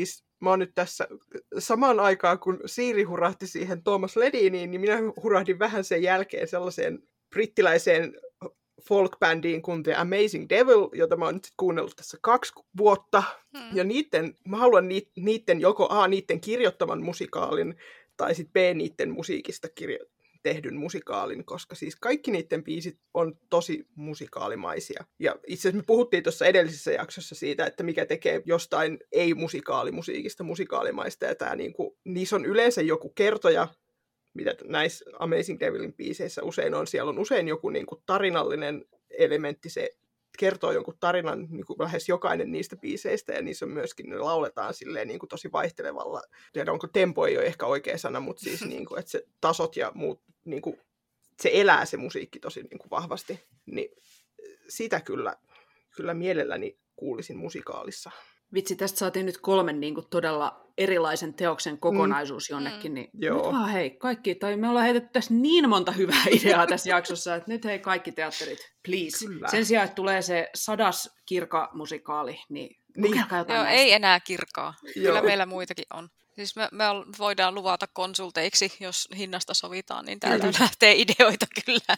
mä oon nyt tässä samaan aikaan, kun Siiri hurahti siihen Thomas Lediniin, niin minä hurahdin vähän sen jälkeen sellaiseen brittiläiseen folk-bändiin kuin The Amazing Devil, jota mä oon nyt kuunnellut tässä kaksi vuotta. Hmm. Ja niitten, mä haluan niitten joko A, niitten kirjoittaman musikaalin, tai sitten B, niitten musiikista kirjo- tehdyn musikaalin, koska siis kaikki niitten biisit on tosi musikaalimaisia. Ja itse asiassa me puhuttiin tuossa edellisessä jaksossa siitä, että mikä tekee jostain ei-musikaalimusiikista musikaalimaista, ja tää niinku, niissä on yleensä joku kertoja, mitä näissä Amazing Devilin biiseissä usein on. Siellä on usein joku niinku tarinallinen elementti, se kertoo jonkun tarinan niinku lähes jokainen niistä biiseistä, ja niissä on myöskin, ne lauletaan silleen niinku tosi vaihtelevalla. Tiedä, onko tempo ei ole ehkä oikea sana, mutta siis niinku, että se tasot ja muut, niinku, se elää se musiikki tosi niinku vahvasti. Niin sitä kyllä, kyllä mielelläni kuulisin musikaalissa. Vitsi, tästä saatiin nyt kolmen niin kuin, todella erilaisen teoksen kokonaisuus mm. jonnekin. Niin Joo. Nyt vaan hei, kaikki, tai me ollaan heitetty tässä niin monta hyvää ideaa tässä jaksossa, että nyt hei kaikki teatterit, please. Kyllä. Sen sijaan, että tulee se sadas kirka-musikaali, niin kokeilkaa jotain Joo, näistä. ei enää kirkaa. Joo. Kyllä meillä muitakin on. Siis me, me voidaan luvata konsulteiksi, jos hinnasta sovitaan, niin täältä Kyllä. lähtee ideoita kyllä.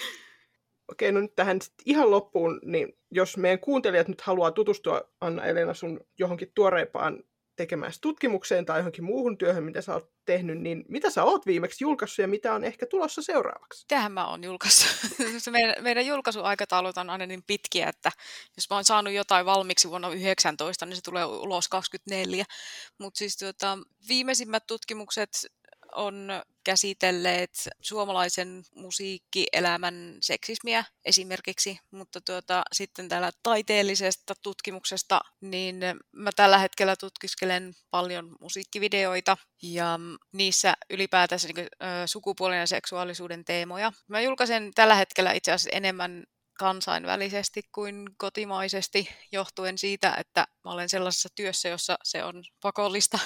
Okei, no nyt tähän sit ihan loppuun, niin jos meidän kuuntelijat nyt haluaa tutustua, Anna-Elena, sun johonkin tuoreempaan tekemään tutkimukseen tai johonkin muuhun työhön, mitä sä oot tehnyt, niin mitä sä oot viimeksi julkaissut ja mitä on ehkä tulossa seuraavaksi? Tähän mä oon julkaissut. meidän, meidän julkaisuaikataulut on aina niin pitkiä, että jos mä oon saanut jotain valmiiksi vuonna yhdeksäntoista, niin se tulee ulos kaksikymmentäneljä. Mutta siis tuota, viimeisimmät tutkimukset on käsitelleet suomalaisen musiikkielämän seksismiä esimerkiksi, mutta tuota, sitten täällä taiteellisesta tutkimuksesta, niin mä tällä hetkellä tutkiskelen paljon musiikkivideoita ja niissä ylipäätänsä niin kuin, sukupuolen ja seksuaalisuuden teemoja. Mä julkaisen tällä hetkellä itse asiassa enemmän kansainvälisesti kuin kotimaisesti, johtuen siitä, että mä olen sellaisessa työssä, jossa se on pakollista.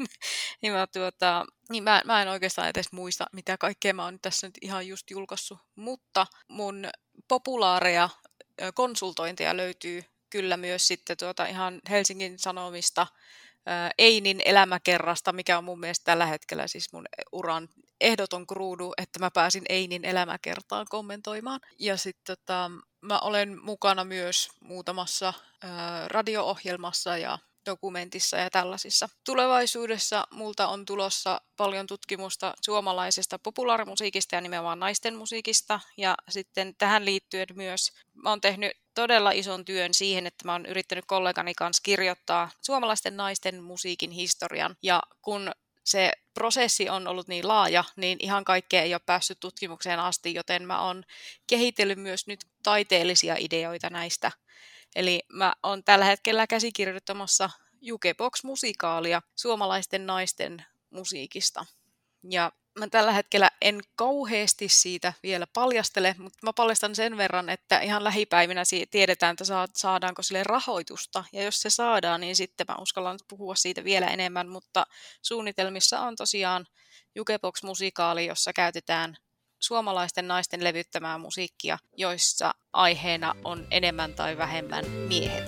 niin mä, tuota, niin mä, mä en oikeastaan edes muista, mitä kaikkea mä oon tässä nyt ihan just julkaissut, mutta mun populaareja konsultointeja löytyy kyllä myös sitten tuota ihan Helsingin Sanomista, ää, Einin elämäkerrasta, mikä on mun mielestä tällä hetkellä siis mun uran ehdoton kruudu, että mä pääsin Einin elämäkertaan kommentoimaan. Ja sitten tota, mä olen mukana myös muutamassa ää, radio-ohjelmassa ja dokumentissa ja tällaisissa. Tulevaisuudessa multa on tulossa paljon tutkimusta suomalaisesta populaarimusiikista ja nimenomaan naisten musiikista. Ja sitten tähän liittyen myös mä oon tehnyt todella ison työn siihen, että mä oon yrittänyt kollegani kanssa kirjoittaa suomalaisten naisten musiikin historian. Ja kun se prosessi on ollut niin laaja, niin ihan kaikkea ei ole päässyt tutkimukseen asti, joten mä oon kehitellyt myös nyt taiteellisia ideoita näistä. Eli mä oon tällä hetkellä käsikirjoittamassa Jukebox-musikaalia suomalaisten naisten musiikista. Ja mä tällä hetkellä en kauheasti siitä vielä paljastele, mutta mä paljastan sen verran, että ihan lähipäivinä tiedetään, että saadaanko sille rahoitusta. Ja jos se saadaan, niin sitten mä uskallan puhua siitä vielä enemmän, mutta suunnitelmissa on tosiaan Jukebox-musikaali, jossa käytetään suomalaisten naisten levyttämää musiikkia, joissa aiheena on enemmän tai vähemmän miehet.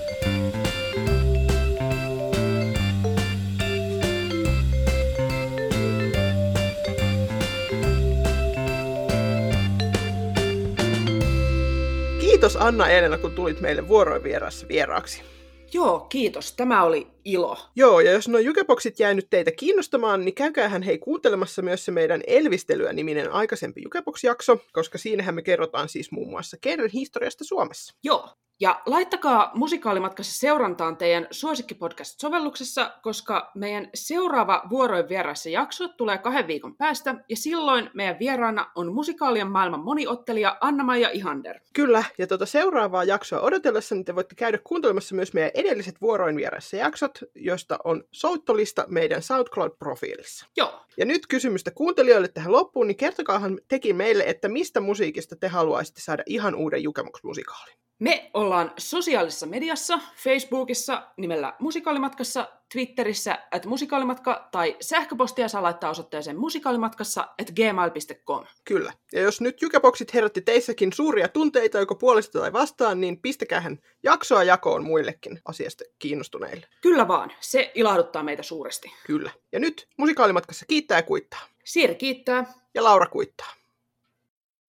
Kiitos Anna-Elena, kun tulit meille vuoroin vierassa vieraaksi. Joo, kiitos. Tämä oli ilo. Joo, ja jos nuo Jukeboxit jäi nyt teitä kiinnostamaan, niin käykäähän hei kuuntelemassa myös se meidän Elvistelyä-niminen aikaisempi Jukebox-jakso, koska siinähän me kerrotaan siis muun muassa keiden historiasta Suomessa. Joo, ja laittakaa Musikaalimatkassa seurantaan teidän suosikkipodcast-sovelluksessa, koska meidän seuraava vuoroin vieraissa jakso tulee kahden viikon päästä, ja silloin meidän vieraana on musikaalien maailman moniottelija Anna-Maija Ihander. Kyllä, ja tuota seuraavaa jaksoa odotellessa, niin te voitte käydä kuuntelemassa myös meidän edelliset vuoroin vieraissa jaksot, josta on soittolista meidän SoundCloud-profiilissa. Joo. Ja nyt kysymystä kuuntelijoille tähän loppuun, niin kertokaahan tekin meille, että mistä musiikista te haluaisitte saada ihan uuden Jukebox-musikaalin. Me ollaan sosiaalisessa mediassa, Facebookissa nimellä Musikaalimatkassa, Twitterissä at musikaalimatka tai sähköpostia saa laittaa osoitteeseen musikaalimatkassa at gmail piste com. Kyllä. Ja jos nyt Jukeboxit herätti teissäkin suuria tunteita joko puolesta tai vastaan, niin pistäkäähän jaksoa jakoon muillekin asiasta kiinnostuneille. Kyllä vaan, se ilahduttaa meitä suuresti. Kyllä. Ja nyt Musikaalimatkassa kiittää ja kuittaa. Siiri kiittää. Ja Laura kuittaa.